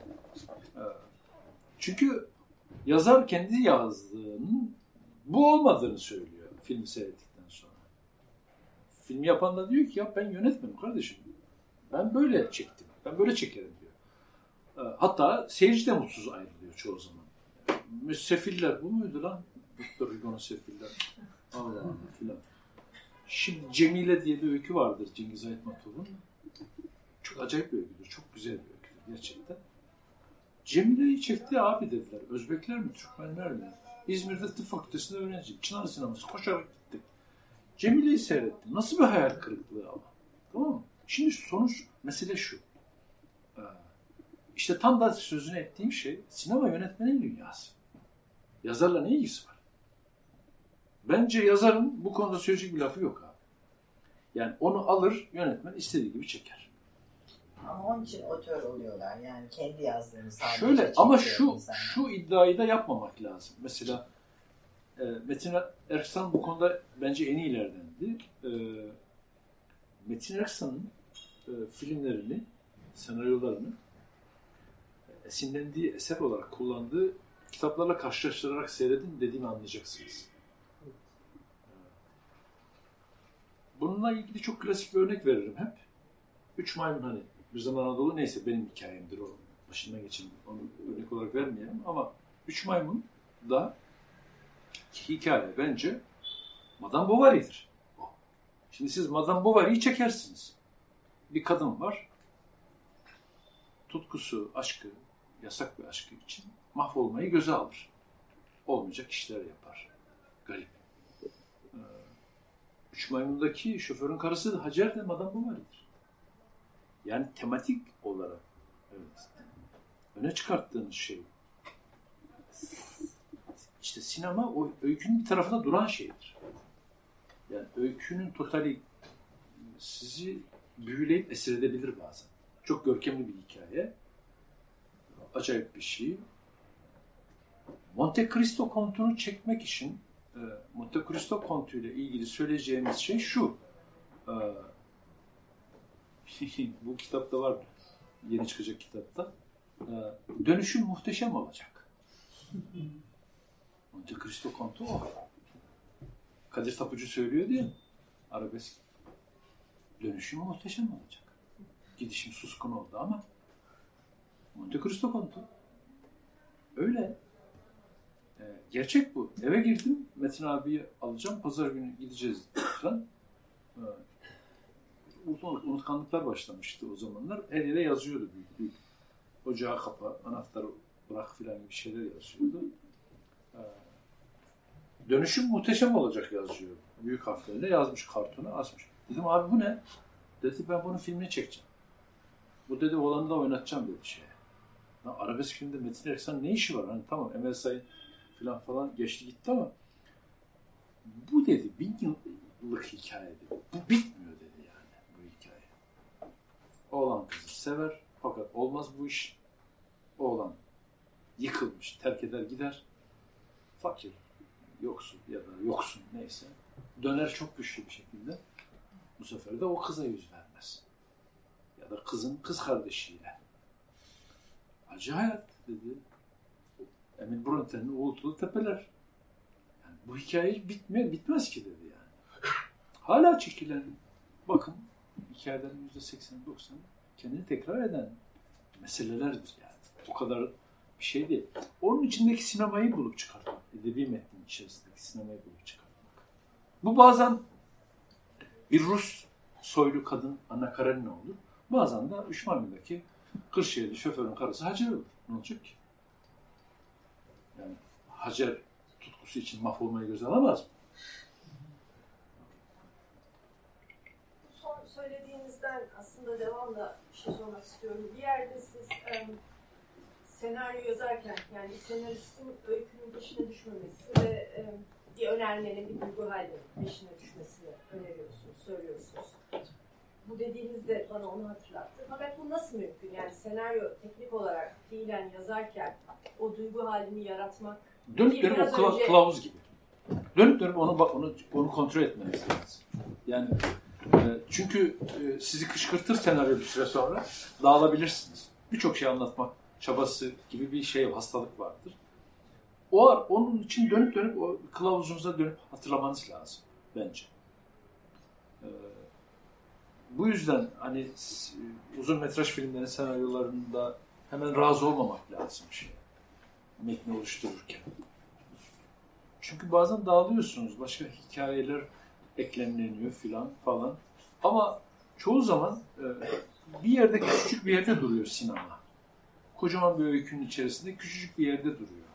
Çünkü yazar kendi yazdığının bu olmadığını söylüyor filmi seyrettikten sonra. Film yapan da diyor ki ya ben yönetmenim kardeşim. Ben böyle çektim. Ben böyle çekerim diyor. Hatta seyirci de mutsuz ayrılıyor çoğu zaman. Sefiller bu muydu lan? Victor Hugo'nun Sefiller. Allah Allah filan. Şimdi Cemile diye bir öykü vardır Cengiz Aytmatov'un. Çok acayip bir öyküdür. Çok güzel bir öyküdür gerçekten. Cemile'yi çekti abi dediler. Özbekler mi, Türkmenler mi? İzmir'de tıp fakültesinde öğrenciyim. Çınar sineması koşarak gittik. Cemile'yi seyrettim. Nasıl bir hayal kırıklığı ama. Tamam mı? Şimdi mesele şu. İşte tam da sözünü ettiğim şey sinema yönetmenin dünyası. Yazarla ne ilgisi var? Bence yazarın bu konuda söyleyecek bir lafı yok abi. Yani onu alır yönetmen istediği gibi çeker. Ama onun için otör oluyorlar. Yani kendi yazdığını sadece şöyle ama şu iddiayı da yapmamak lazım. Mesela Metin Erksan bu konuda bence en iyilerdendi. Metin Erksan'ın filmlerini, senaryolarını esinlendiği eser olarak kullandığı kitaplarla karşılaştırarak seyredin dediğimi anlayacaksınız. Bununla ilgili çok klasik bir örnek veririm hep. 3 Maymun hani Bir Zaman Anadolu neyse benim hikayemdir o. Başından geçin onu örnek olarak vermeyelim ama 3 Maymun da hikaye bence Madame Bovary'dir. Şimdi siz Madame Bovary'yi çekersiniz. Bir kadın var. Tutkusu, aşkı, yasak bir aşkı için mahvolmayı göze alır. Olmayacak işler yapar. Garip. 3 Maymun'daki şoförün karısı da Hacer de Madame Bovary'dir. Yani tematik olarak evet, öne çıkarttığınız şey işte sinema o öykünün bir tarafında duran şeydir. Yani öykünün totali sizi büyüleyip esir edebilir bazen. Çok görkemli bir hikaye. Acayip bir şey. Monte Cristo kontunu çekmek için Monte Cristo kontu ile ilgili söyleyeceğimiz şey şu. Bu kitapta var. Yeni çıkacak kitapta. Dönüşüm muhteşem olacak. Monte Cristo kontu o. Kadir Tapucu söylüyor diye arabesk. Dönüşüm muhteşem olacak. Gidişim suskun oldu ama Monte Cristo kontu. Öyle. Gerçek bu. Eve girdim. Metin abiyi alacağım. Pazar günü gideceğiz falan. Unutkanlıklar başlamıştı o zamanlar. Her yere yazıyordu büyük. Ocağı kapa, anahtarı bırak filan gibi şeyler yazıyordu. Dönüşüm muhteşem olacak yazıyor. Büyük harflerle yazmış, kartona asmış. Dedim abi bu ne? Dedi ben bunun filmini çekeceğim. Bu dedi oğlanı da oynatacağım dedi şeye. Arabesk filmde Metin Erksan ne işi var? Hani tamam Emel Sayın falan geçti gitti ama bu dedi 1000 yıllık hikaye dedi. Bu bitmiyor dedi yani bu hikaye. Oğlan kızı sever fakat olmaz bu iş. Oğlan yıkılmış, terk eder gider. Fakir, yoksul ya da yoksun neyse. Döner çok güçlü bir şekilde. Bu sefer de o kıza yüz vermez. Ya da kızın kız kardeşiyle. Acı hayat dedi. Emil Bronte'nin Uğultulu Tepeler. Yani bu hikaye bitmez ki dedi yani. Hala çekilen bakın hikayelerin %80-90 kendini tekrar eden meselelerdir yani. O kadar bir şey değil. Onun içindeki sinemayı bulup çıkartmak. Edebi metnin içerisindeki sinemayı bulup çıkartmak. Bu bazen bir Rus soylu kadın Anna Karenina olur. Bazen de Üşmani'deki Kırşehirli şoförün karısı Hacer olur. Ne olacak ki? Yani Hacer tutkusu için mahvolmayı göze alamaz mı? Son söylediğinizden aslında devamla bir şey sormak istiyorum. Bir yerde siz senaryo yazarken yani senaristin öykünün peşine düşmemesi ve bir önermenin bir duygu halinin peşine düşmesini öneriyorsunuz, söylüyorsunuz. Bu dediğinizde bana onu hatırlattı. Fakat bu nasıl mümkün? Yani senaryo teknik olarak fiilen yazarken o duygu halini yaratmak... Dönüp o kılavuz gibi. Dönüp onu kontrol etmeniz lazım. Yani çünkü sizi kışkırtır senaryo bir süre sonra dağılabilirsiniz. Birçok şey anlatmak çabası gibi bir şey, hastalık vardır. Onun için dönüp o kılavuzunuza dönüp hatırlamanız lazım bence. Bu yüzden hani uzun metraj filmlerin senaryolarında hemen razı olmamak lazım metni oluştururken. Çünkü bazen dağılıyorsunuz, başka hikayeler eklemleniyor falan. Ama çoğu zaman bir yerde, küçücük bir yerde duruyor sinema. Kocaman bir öykünün içerisinde küçücük bir yerde duruyor.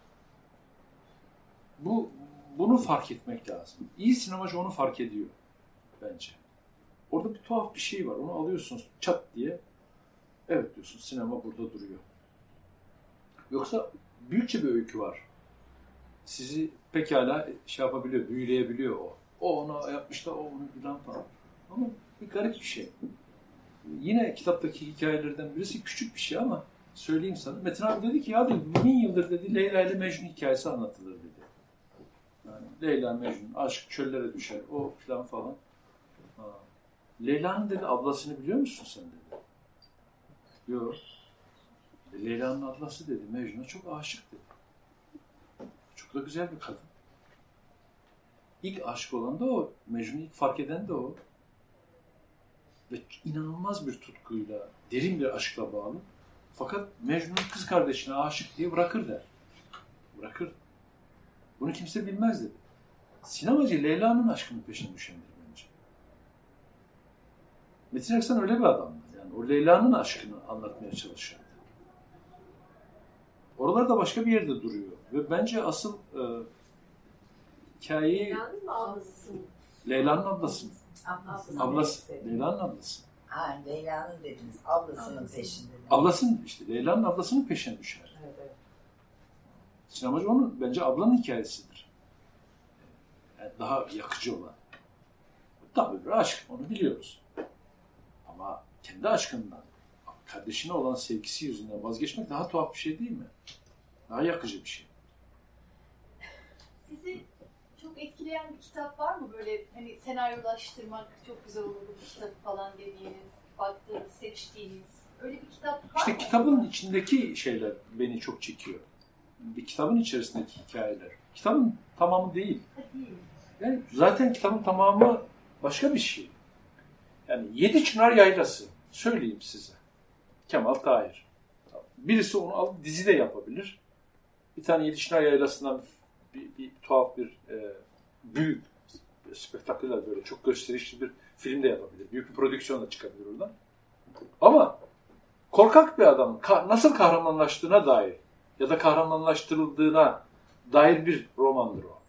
Bunu fark etmek lazım. İyi sinemacı onu fark ediyor bence. Orada bir tuhaf bir şey var. Onu alıyorsunuz çat diye. Evet diyorsunuz sinema burada duruyor. Yoksa büyükçe bir öykü var. Sizi pekala yapabiliyor, büyüleyebiliyor o. O onu yapmış da o onu bilen falan. Ama bir garip bir şey. Yine kitaptaki hikayelerden birisi küçük bir şey ama söyleyeyim sana. Metin abi dedi ki ya dedi 1000 yıldır dedi Leyla ile Mecnun hikayesi anlatılır dedi. Yani Leyla Mecnun aşk çöllere düşer o falan. Leyla'nın dedi ablasını biliyor musun sen dedi. Yok. Leyla'nın ablası dedi Mecnun'a çok aşık dedi. Çok da güzel bir kadın. İlk aşık olan da o. Mecnun'u ilk fark eden de o. Ve inanılmaz bir tutkuyla, derin bir aşkla bağlı. Fakat Mecnun kız kardeşine aşık diye bırakır der. Bırakır. Bunu kimse bilmez dedi. Sinemacı Leyla'nın aşkının peşine düşendir bence. Metin Erksan öyle bir adamdı. Yani o Leyla'nın aşkını anlatmaya çalışıyordu. Oralarda başka bir yerde duruyor. Ve bence asıl hikayeyi... Leyla'nın mı ablasısın? Leyla'nın ablası. Ablası. Ablası. Leyla'nın ablası. Ha, Leyla'nın dediniz. Ablasının peşinde. Ablasının işte Leyla'nın ablasının peşine düşer. Evet. Sinemacı onun bence ablanın hikayesidir. Yani daha yakıcı olan. Tabii bir aşk, onu biliyoruz. Ama kendi aşkından, kardeşine olan sevgisi yüzünden vazgeçmek daha tuhaf bir şey değil mi? Daha yakıcı bir şey. Sizi çok etkileyen bir kitap var mı? Böyle hani senaryolaştırmak çok güzel olur bu kitabı falan dediğiniz, baktığınız, seçtiğiniz öyle bir kitap var mı? İşte kitabın içindeki şeyler beni çok çekiyor. Bir kitabın içerisindeki hikayeler. Kitabın tamamı değil. Değil. Yani zaten kitabın tamamı başka bir şey. Yani 7 Çınar Yaylası. Söyleyeyim size. Kemal Tahir. Birisi onu alıp dizi de yapabilir. Bir tane 7 Çınar Yaylası'ndan bir tuhaf bir büyük spektaküler böyle çok gösterişli bir film de yapabilir. Büyük bir prodüksiyon da çıkabilir oradan. Ama korkak bir adamın nasıl kahramanlaştığına dair ya da kahramanlaştırıldığına dair bir romandır o.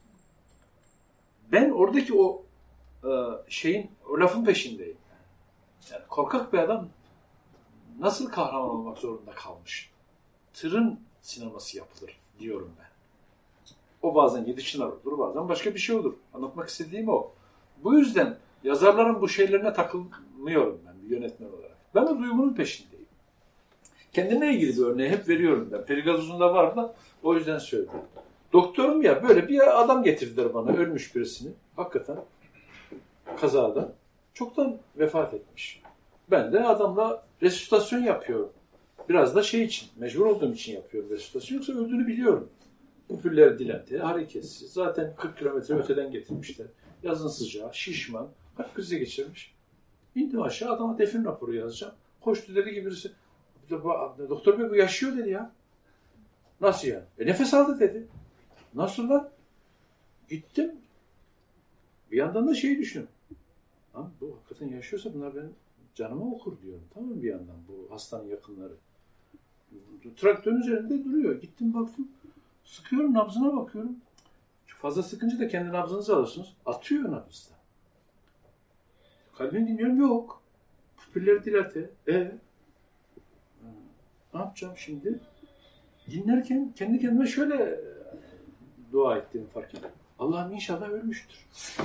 Ben oradaki o o lafın peşindeyim. Yani korkak bir adam nasıl kahraman olmak zorunda kalmış? Tırın sineması yapılır diyorum ben. O bazen 7 Çınar olur, bazen başka bir şey olur. Anlatmak istediğim o. Bu yüzden yazarların bu şeylerine takılmıyorum ben bir yönetmen olarak. Ben o duygunun peşindeyim. Kendime ilgili bir örneği hep veriyorum ben. Perigazoz'unda var da o yüzden söylüyorum. Doktorum ya böyle bir adam getirdiler bana, ölmüş birisini. Hakikaten kazada. Çoktan vefat etmiş. Ben de adamla resüsitasyon yapıyorum. Biraz da şey için, mecbur olduğum için yapıyorum resüsitasyon. Yoksa öldüğünü biliyorum. Pupiller dilenti, hareketsiz. Zaten 40 kilometre öteden getirmişler. Yazın sıcağı, şişman. Kalp krizi geçirmiş. İndim aşağı, adama defin raporu yazacağım. Koştu dedi ki birisi, doktor bey bu yaşıyor dedi ya. Nasıl ya? Nefes aldı dedi. Nasıl lan? Gittim. Bir yandan da şeyi düşünüyorum. Lan bu hakikaten yaşıyorsa bunlar benim canıma okur diyorum. Tamam bir yandan bu hastanın yakınları. Traktörün üzerinde duruyor. Gittim baktım. Sıkıyorum, nabzına bakıyorum. Çok fazla sıkınca da kendi nabzınızı alırsınız. Atıyor nabızda. Kalbini dinliyorum. Yok. Pupilleri dilate. Ne yapacağım şimdi? Dinlerken kendi kendime şöyle dua ettiğimi fark ettim. Allah'ım inşallah ölmüştür.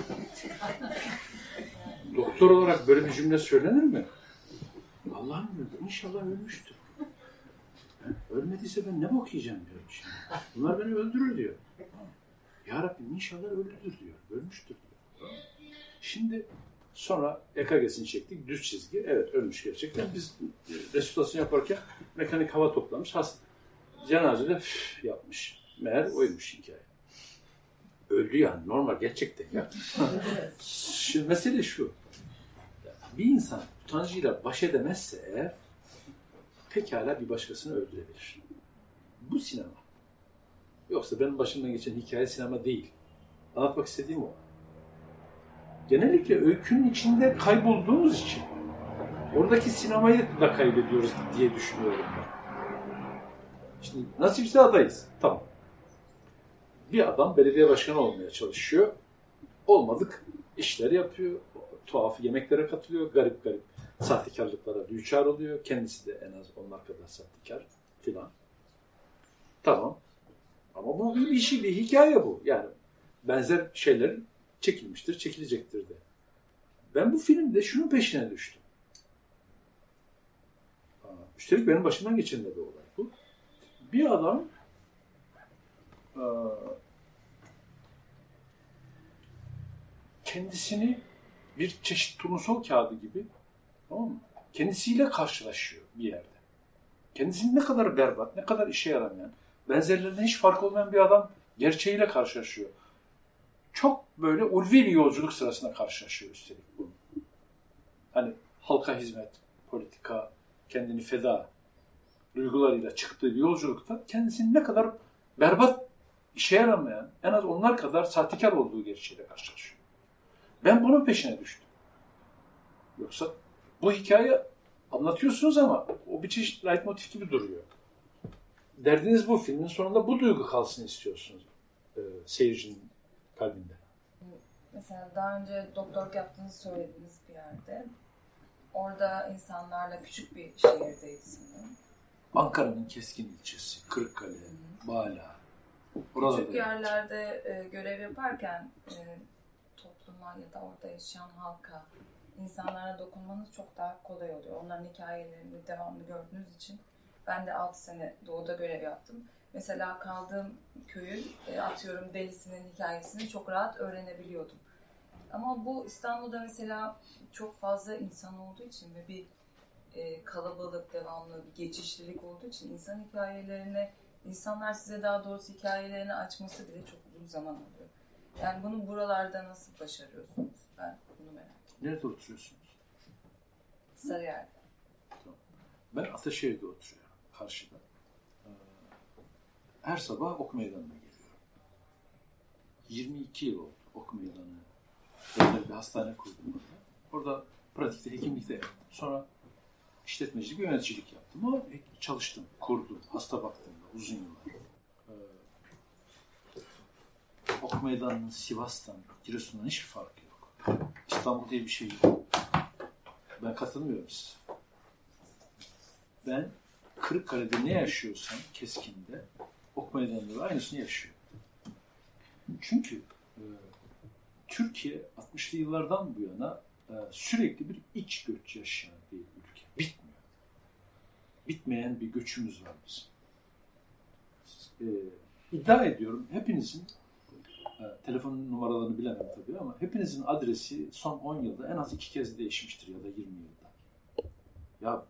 Doktor olarak böyle bir cümle söylenir mi? Allah'ım inşallah ölmüştür. Ölmediyse ben ne bok yiyeceğim diyorum şimdi. Bunlar beni öldürür diyor. Ya Rabbim inşallah ölüdür diyor. Ölmüştür diyor. Şimdi sonra EKG'sini çektik. Düz çizgi. Evet ölmüş gerçekten. Biz resüsitasyon yaparken mekanik hava toplamış. Cenazede yapmış. Meğer oymuş hikaye. Öldü yani. Normal gerçekten ya. Şimdi mesele şu. Bir insan utancıyla baş edemezse eğer pekala bir başkasını öldürebilir. Bu sinema. Yoksa benim başımdan geçen hikaye sinema değil. Anlatmak istediğim o. Genellikle öykünün içinde kaybolduğumuz için oradaki sinemayı da kaybediyoruz diye düşünüyorum ben. Şimdi nasipse adayız. Tamam. Bir adam belediye başkanı olmaya çalışıyor. Olmadık işler yapıyor. Tuhaf yemeklere katılıyor. Garip garip sahtekarlıklara düçar oluyor. Kendisi de en az onlar kadar sahtekar filan. Tamam. Ama bu bir şey, bir hikaye bu. Yani benzer şeyler çekilmiştir, çekilecektir de. Ben bu filmde şunun peşine düştüm. Üstelik benim başımdan geçen de bir olay bu. Bir adam kendisini bir çeşit turnusol kağıdı gibi, tamam mı? Kendisiyle karşılaşıyor bir yerde. Kendisinin ne kadar berbat, ne kadar işe yaramayan, benzerlerinden hiç fark olmayan bir adam gerçeğiyle karşılaşıyor. Çok böyle ulvi bir yolculuk sırasında karşılaşıyor üstelik bunu. Hani halka hizmet, politika, kendini feda duygularıyla çıktığı bir yolculukta kendisinin ne kadar berbat, işe yaramayan, en az onlar kadar sahtekar olduğu gerçeğiyle karşılaşıyor. Ben bunun peşine düştüm. Yoksa bu hikaye anlatıyorsunuz ama o bir çeşit leitmotif gibi duruyor. Derdiniz bu, filmin sonunda bu duygu kalsın istiyorsunuz seyircinin kalbinde. Mesela daha önce doktorluk yaptığınızı söylediniz bir yerde. Orada insanlarla küçük bir şehirdeydi sanırım. Ankara'nın Keskin ilçesi, Kırıkkale, Bağla. Küçük yerlerde görev yaparken topluma ya da orada yaşayan halka, insanlara dokunmanız çok daha kolay oluyor. Onların hikayelerini devamlı gördüğünüz için ben de 6 sene doğuda görev yaptım. Mesela kaldığım köyün atıyorum delisinin hikayesini çok rahat öğrenebiliyordum. Ama bu İstanbul'da mesela çok fazla insan olduğu için ve bir kalabalık, devamlı bir geçişlilik olduğu için insan hikayelerini, insanlar size daha doğrusu hikayelerini açması bile çok uzun zaman alıyor. Yani bunu buralarda nasıl başarıyorsunuz? Ben bunu merak ediyorum. Nerede oturuyorsunuz? Sarıyer'de. Ben Ataşehir'de oturuyorum, karşıda. Her sabah Ok Meydanı'na geliyorum. 22 yıl oldu Ok Meydanı. Orada bir hastane kurdum orada. Orada pratikte hekimlikte yaptım. Sonra işletmecilik, yöneticilik yaptım. Ama çalıştım, kurdum, hasta baktım uzun yıllar. Ok Meydanı'nın Sivas'tan, Giresun'dan hiçbir farkı yok. İstanbul diye bir şey yok. Ben katılmıyorum size. Ben Kırıkkale'de ne yaşıyorsam Keskin'de, Ok Meydanı'nda da aynısını yaşıyorum. Çünkü Türkiye 60'lı yıllardan bu yana sürekli bir iç göç yaşayan bir ülke. Bitmiyor. Bitmeyen bir göçümüz var bizim. İddia ediyorum hepinizin, telefon numaralarını bilemem tabii ama hepinizin adresi son 10 yılda en az 2 kez değişmiştir ya da 20 yılda. Ya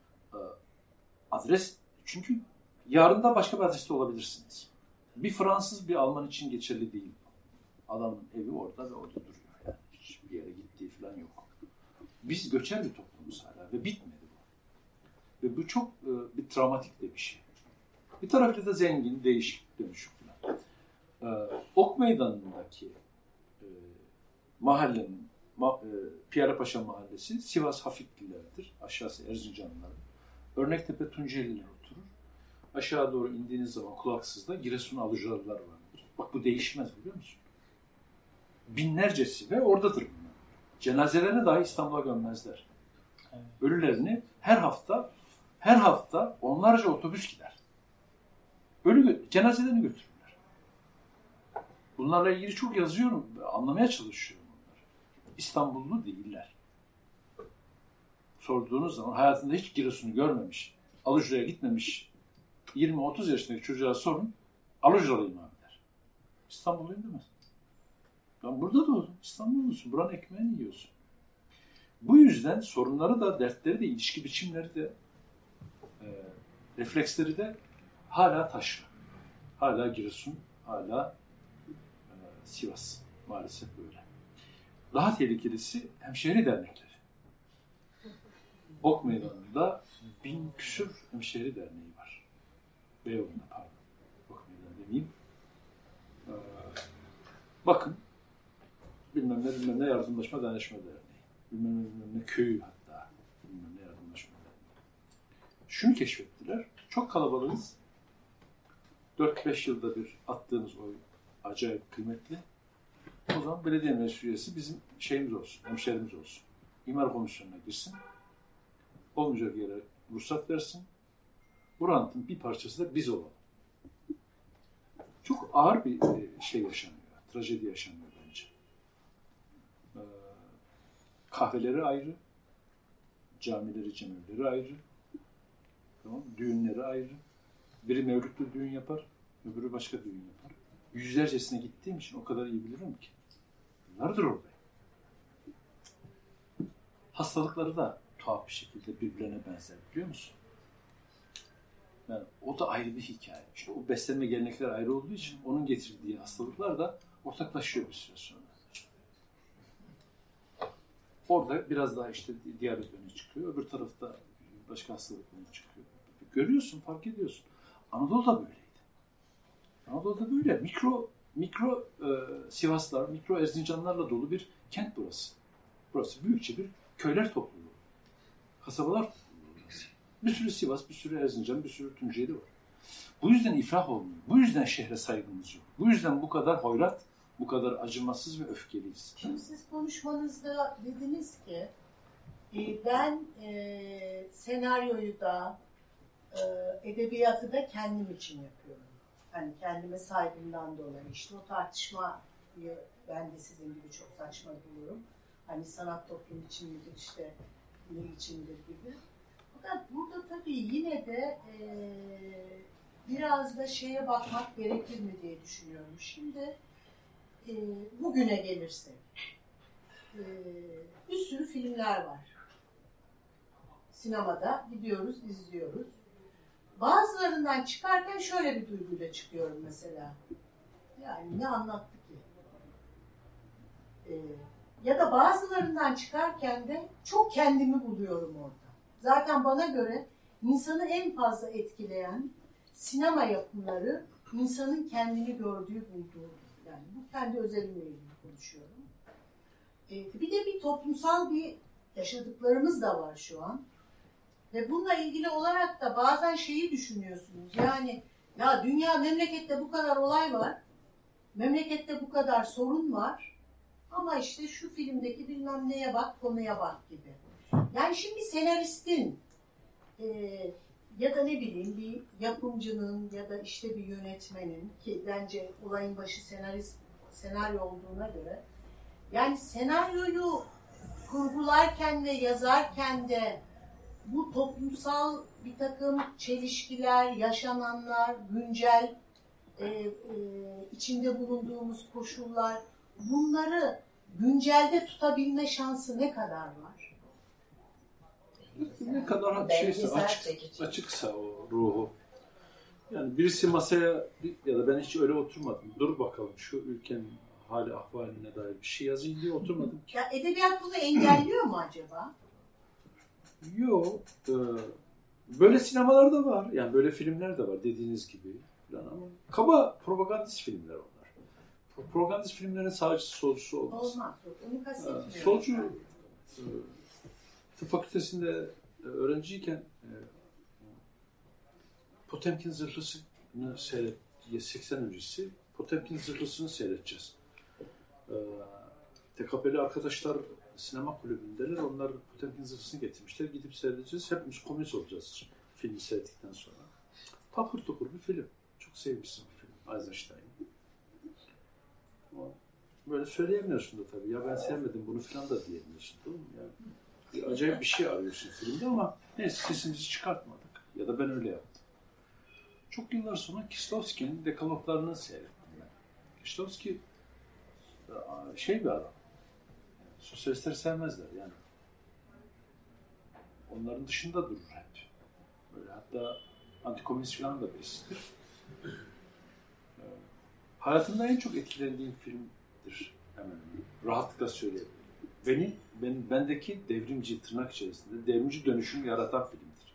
adres, çünkü yarın da başka bir adreste olabilirsiniz. Bir Fransız, bir Alman için geçerli değil. Adamın evi orada ve orada duruyor. Yani hiçbir yere gittiği falan yok. Biz göçer bir toplumuz hala ve bitmedi bu. Ve bu çok bir travmatik de bir şey. Bir tarafta da zengin, değişik, dönüşük falan. Ok Meydanı'ndaki mahallenin, Piyalepaşa Mahallesi Sivas Hafiflilerdir. Aşağısı Erzincanlılar. Örnektepe Tunceliler oturur. Aşağı doğru indiğiniz zaman Kulaksız'da Giresun Alucalılar vardır. Bak bu değişmez biliyor musun? Binlercesi ve oradadır bunlar. Cenazelerini dahi İstanbul'a gömmezler. Ölülerini her hafta onlarca otobüs gider. Cenazelerini götürürler. Bunlarla ilgili çok yazıyorum, anlamaya çalışıyorum bunları. İstanbullu değiller. Sorduğunuz zaman hayatında hiç Giresun'u görmemiş, Alucra'ya gitmemiş 20-30 yaşındaki çocuğa sorun, Alucra'lıyım abi der. İstanbulluyum demez. Ben burada doğdum, İstanbullusun, buranın ekmeğini yiyorsun. Bu yüzden sorunları da, dertleri de, ilişki biçimleri de, refleksleri de hala taşra. Hala Giresun, hala Sivas. Maalesef böyle. Daha tehlikelisi hemşehri dernekleri. Ok Meydanı'nda 1000 küsur hemşehri derneği var. Beyoğlu'nda pardon. Ok Meydanı demeyeyim. Bakın, bilmem ne yardımlaşma dayanışma derneği. Bilmem ne köyü hatta. Bilmem ne yardımlaşma derneği. Şunu keşfettiler. Çok kalabalığız. 4-5 yılda bir attığımız oy acayip kıymetli. O zaman belediye meclis üyesi bizim şeyimiz olsun, hemşehrimiz olsun. İmar komisyonuna girsin. Olmayacak yere ruhsat versin. Bu rantın bir parçası da biz olalım. Çok ağır bir şey yaşanıyor. Trajedi yaşanıyor bence. Kahveleri ayrı. Camileri, cemevleri ayrı. Tamam, düğünleri ayrı. Biri mevlütlü düğün yapar, öbürü başka düğün yapar. Yüzlercesine gittiğim için o kadar iyi bilirim ki. Bunlardır orada. Hastalıkları da tuhaf bir şekilde birbirlerine benzer biliyor musun? Yani o da ayrı bir hikaye. İşte o beslenme gelenekleri ayrı olduğu için onun getirdiği hastalıklar da ortaklaşıyor bir süre sonra. Orada biraz daha işte diyabet öne çıkıyor. Öbür tarafta başka hastalık öne çıkıyor. Görüyorsun, fark ediyorsun. Anadolu'da böyleydi. Anadolu'da böyle. Mikro Sivaslar, mikro Erzincanlarla dolu bir kent burası. Burası büyükçe bir köyler topluluğu. Kasabalar topluluğu burası. Bir sürü Sivas, bir sürü Erzincan, bir sürü Tunceli var. Bu yüzden iflah olmuyor. Bu yüzden şehre saygımız yok. Bu yüzden bu kadar hoyrat, bu kadar acımasız ve öfkeliyiz. Şimdi siz konuşmanızda dediniz ki Ben senaryoyu da edebiyatı da kendim için yapıyorum. Hani kendime saygımdan dolayı. İşte o tartışmayı ben de sizin gibi çok saçma buluyorum. Hani sanat toplum için midir, işte ne içindir gibi. Fakat burada tabii yine de biraz da şeye bakmak gerekir mi diye düşünüyorum. Şimdi bugüne gelirsek bir sürü filmler var. Sinemada gidiyoruz, izliyoruz. Bazılarından çıkarken şöyle bir duyguyla çıkıyorum mesela. Yani ne anlattı ki? Ya da bazılarından çıkarken de çok kendimi buluyorum orada. Zaten bana göre insanı en fazla etkileyen sinema yapımları insanın kendini gördüğü, bulduğu. Yani bu kendi özelimle ilgili konuşuyorum. Bir de bir toplumsal bir yaşadıklarımız da var şu an. Ve bununla ilgili olarak da bazen şeyi düşünüyorsunuz. Yani ya dünya, memlekette bu kadar olay var. Memlekette bu kadar sorun var. Ama işte şu filmdeki bilmem neye bak, konuya bak gibi. Yani şimdi senaristin ya da ne bileyim bir yapımcının ya da işte bir yönetmenin, ki bence olayın başı senaryo olduğuna göre, yani senaryoyu kurgularken ve yazarken de bu toplumsal bir takım çelişkiler, yaşananlar, güncel içinde bulunduğumuz koşullar, bunları güncelde tutabilme şansı ne kadar var? Ne kadar şeyse, açıksa o ruhu. Yani birisi masaya, ya da ben hiç öyle oturmadım. Dur bakalım şu ülkenin hali ahvaline dair bir şey yazayım diye oturmadım ki. Ya edebiyat bunu engelliyor mu acaba? Yok. Böyle sinemalar da var. Yani böyle filmler de var dediğiniz gibi. Ama kaba propagandist filmler onlar. Propagandist filmlerin sağcısı solcusu olmaz. Olmaz. Onu kastetmiyorum. Solcu tıp fakültesinde öğrenciyken Potemkin Zırhlısı'nı seyrettiği 80 öncesi Potemkin Zırhlısı'nı seyredeceğiz. TKP'li arkadaşlar sinema kulübündeler. Onlar Potemkin Zırhlısı'nı getirmişler. Gidip seyredeceğiz. Hepimiz komünist olacağız filmi seyrettikten sonra. Takır tukur bir film. Çok sevmişsin bir film. Eisenstein. Böyle söyleyemiyorsun da tabii. Ya ben sevmedim bunu falan da diyemiyorsun. Değil mi? Yani bir acayip bir şey arıyorsun filmde ama neyse sesimizi çıkartmadık. Ya da ben öyle yaptım. Çok yıllar sonra Kieslowski'nin dekaloglarını seyrettim ben. Kieslowski şey bir adam. Sosyalistleri sevmezler yani. Onların dışında durur hep. Böyle hatta antikomünist falan da birisidir. Hayatımda en çok etkilendiğim filmdir. Hemen rahatlıkla söyleyebilirim. Bendeki devrimci, tırnak içerisinde devrimci dönüşümü yaratan filmdir.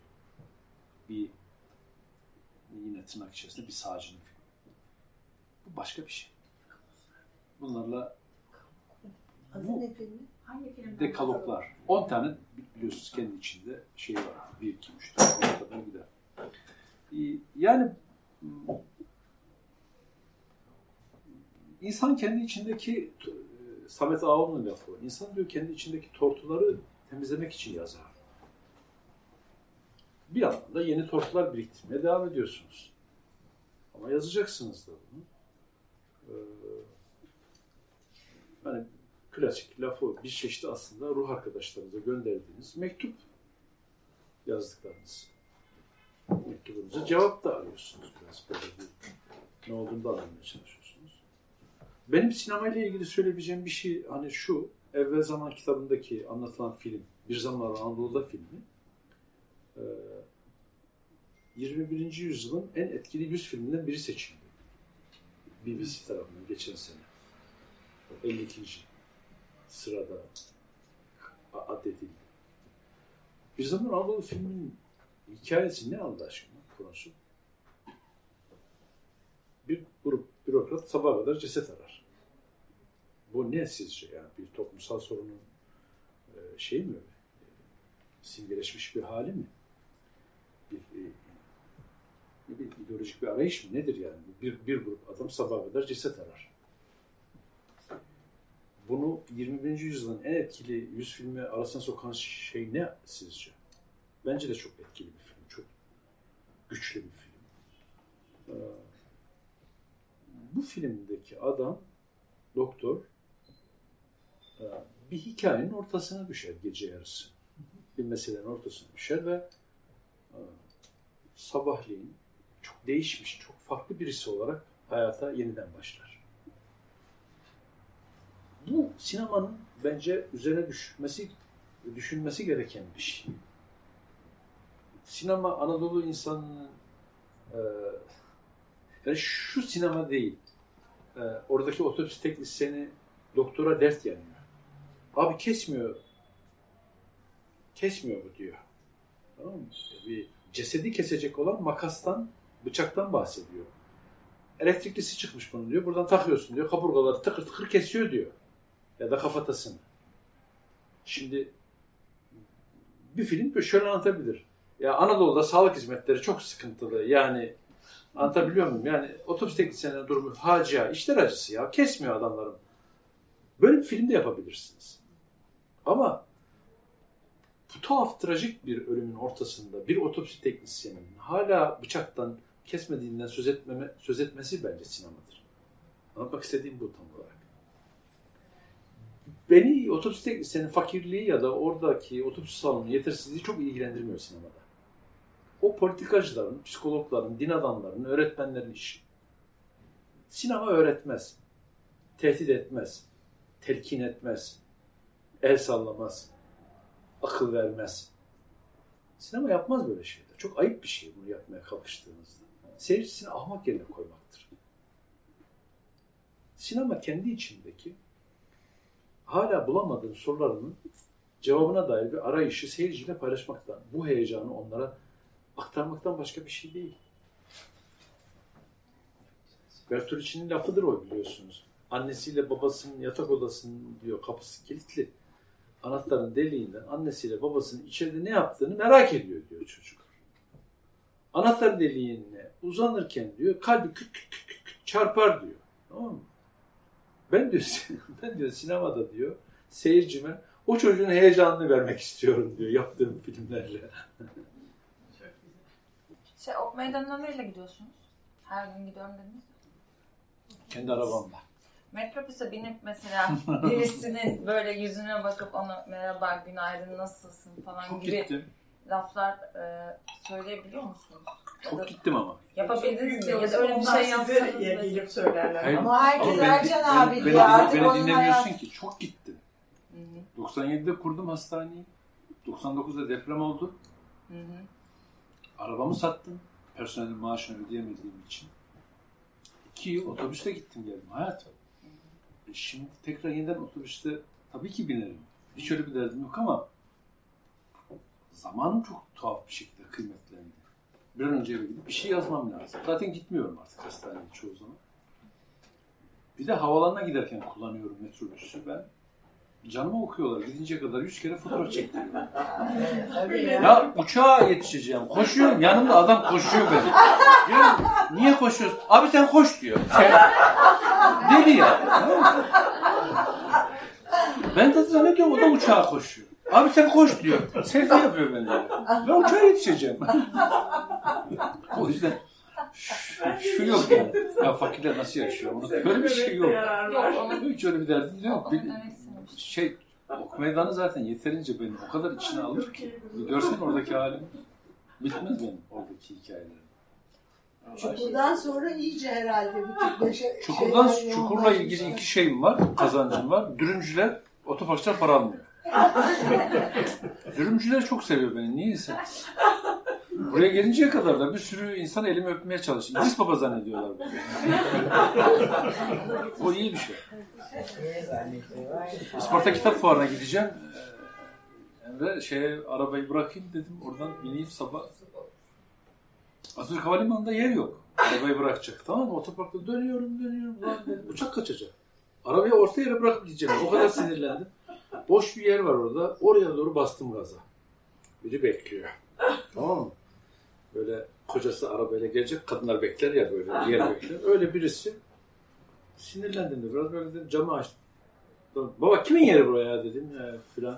Yine tırnak içerisinde bir sağcının filmi. Bu başka bir şey. Bunlarla Adı ne filmi? Hangi filmden? Dekaloglar. 10 tane biliyorsunuz kendi içinde şey var. 1, 2, 3, 4, 5 kadar gider. Yani insan kendi içindeki Samet Ağaoğlu'nun lafı. İnsan diyor kendi içindeki tortuları temizlemek için yazar. Bir yandan da yeni tortular biriktirmeye devam ediyorsunuz. Ama yazacaksınız da bunu. Yani klasik lafı bir çeşit aslında ruh arkadaşlarınıza gönderdiğiniz mektup yazdıklarınız. Mektubunuza cevap da arıyorsunuz biraz böyle ne olduğunu da anlamaya çalışıyorsunuz. Benim sinemayla ilgili söyleyebileceğim bir şey hani şu, Evvel Zaman kitabındaki anlatılan film, Bir Zamanlar Anadolu'da filmi 21. yüzyılın en etkili 100 filminden biri seçildi. BBC tarafından geçen sene. 52. sırada addedildi. Bir Zaman Anadolu filminin hikayesi ne Allah aşkına konusu? Bir grup bürokrat sabaha kadar ceset arar. Bu ne sizce yani bir toplumsal sorunun şey mi? Simgeleşmiş bir hali mi? Bir ideolojik bir arayış mı? Nedir yani? Bir grup adam sabaha kadar ceset arar. bunu 21. yüzyılın en etkili 100 filmi arasına sokan şey ne sizce? Bence de çok etkili bir film. Çok güçlü bir film. Bu filmdeki adam, doktor, bir hikayenin ortasına düşer gece yarısı. Bir meselenin ortasına düşer ve sabahleyin çok değişmiş, çok farklı birisi olarak hayata yeniden başlar. Bu sinemanın bence üzerine düşünmesi gereken bir şey. Sinema Anadolu insanının yani şu sinema değil. Oradaki otobüs teknisyeni doktora dert yanıyor. Abi kesmiyor bu diyor. Tamam mı? Bir cesedi kesecek olan makastan, bıçaktan bahsediyor. Elektriklisi çıkmış bunun diyor. Buradan takıyorsun diyor. Kaburgaları tıkır tıkır kesiyor diyor. Ya da kafatasını. Şimdi bir film şöyle anlatabilir. Ya Anadolu'da sağlık hizmetleri çok sıkıntılı. Yani anlatabiliyor muyum? Yani otobüs teknisyeninin durumu facia, işler acısı ya. Kesmiyor adamlarım. Böyle bir film de yapabilirsiniz. Ama bu tuhaf, trajik bir ölümün ortasında bir otobüs teknisyeninin hala bıçaktan kesmediğinden söz etmesi bence sinemadır. Anlatmak istediğim bu tam olarak. Beni otobüs teknisyenin fakirliği ya da oradaki otobüs salonunun yetersizliği çok ilgilendirmiyor sinemada. O politikacıların, psikologların, din adamlarının, öğretmenlerin işi. Sinema öğretmez, tehdit etmez, telkin etmez, el sallamaz, akıl vermez. Sinema yapmaz böyle şeyler. Çok ayıp bir şey bunu yapmaya kalkıştığınızda. Seyircisini ahmak yerine koymaktır. Sinema kendi içindeki hala bulamadığın sorularının cevabına dair bir arayışı seyirciyle paylaşmaktan, bu heyecanı onlara aktarmaktan başka bir şey değil. Bertolucci'nin lafıdır o, biliyorsunuz. Annesiyle babasının yatak odasının diyor kapısı kilitli. Anahtarın deliğinden annesiyle babasının içeride ne yaptığını merak ediyor diyor çocuk. Anahtar deliğine uzanırken diyor kalbi küt küt küt küt çarpar diyor. Tamam mı? Ben diyor sinemada diyor seyircime o çocuğun heyecanını vermek istiyorum diyor yaptığım filmlerle. Ok Meydanı'na neyle gidiyorsunuz? Her gün gidiyorum dediniz. Kendi arabamla. Metrobüse binip mesela birisinin böyle yüzüne bakıp ona merhaba, günaydın, nasılsın falan çok gibi gittim. Laflar söyleyebiliyor musunuz? Çok gittim ama. Yapabildiniz mi? Ya da öyle bir şey yapsanız gelip söylerler. Hayır, Ama herkes Ercan abi diyor. Beni Onun dinlemiyorsun hayat... ki. Çok gittim. 97'de kurdum hastaneyi. 99'da deprem oldu. Arabamı sattım. Personelin maaşını ödeyemediğim için. 2 yıl otobüste gittim geldim hayatım. Şimdi tekrar yeniden otobüste tabii ki binerim. Hiç öyle bir derdim yok ama zamanım çok tuhaf bir şekilde kıymetlendi. Bir an önce eve gidip bir şey yazmam lazım. Zaten gitmiyorum artık hastaneye çoğu zaman. Bir de havalarına giderken kullanıyorum metrobüsü ben. Canıma okuyorlar. Gidince kadar 100 kere fotoğraf çektiriyorum. Ya uçağa yetişeceğim. Koşuyorum. Yanımda adam koşuyor benim. Diyorum, niye koşuyorsun? Abi sen koş diyor. Deli ya. Ben de zannediyorum o da uçağa koşuyor. Abi sen koş diyor. Selfie yapıyor benimle. Ben uçağa yetişeceğim. O yüzden şu yok yani. Ya fakirler nasıl yaşıyor? Böyle bir şey yok. Hiç öyle bir derdim yok. Ok Meydanı zaten yeterince beni o kadar içine alır ki. Görsen oradaki halimi. Bitmez benim oradaki hikayelerim. Çukurdan sonra iyice herhalde Çukurla ilgili 2 şeyim var, kazancım var. Dürümcüler, otoparkçılar para almıyor. Dürümcüler çok seviyor beni, niyeyse. Buraya gelinceye kadar da bir sürü insan elimi öpmeye çalışıyor. İdris Baba zannediyorlar beni. O iyi bir şey. Isparta Kitap Fuarı'na gideceğim. Emre arabayı bırakayım dedim. Oradan bineyim sabah. Atatürk Havalimanı'nda yer yok. Arabayı bırakacak. Tamam mı? Otoparkta dönüyorum. Ulan dedim, uçak kaçacak. Arabayı orta yere bırakıp gideceğim. O kadar sinirlendim. Boş bir yer var orada. Oraya doğru bastım gaza. Biri bekliyor. Tamam mı? Böyle kocası arabayla gelecek. Kadınlar bekler ya böyle. Yer bekler. Öyle birisi. Sinirlendim de biraz böyle dedim, camı açtım. Baba kimin yeri buraya dedim filan.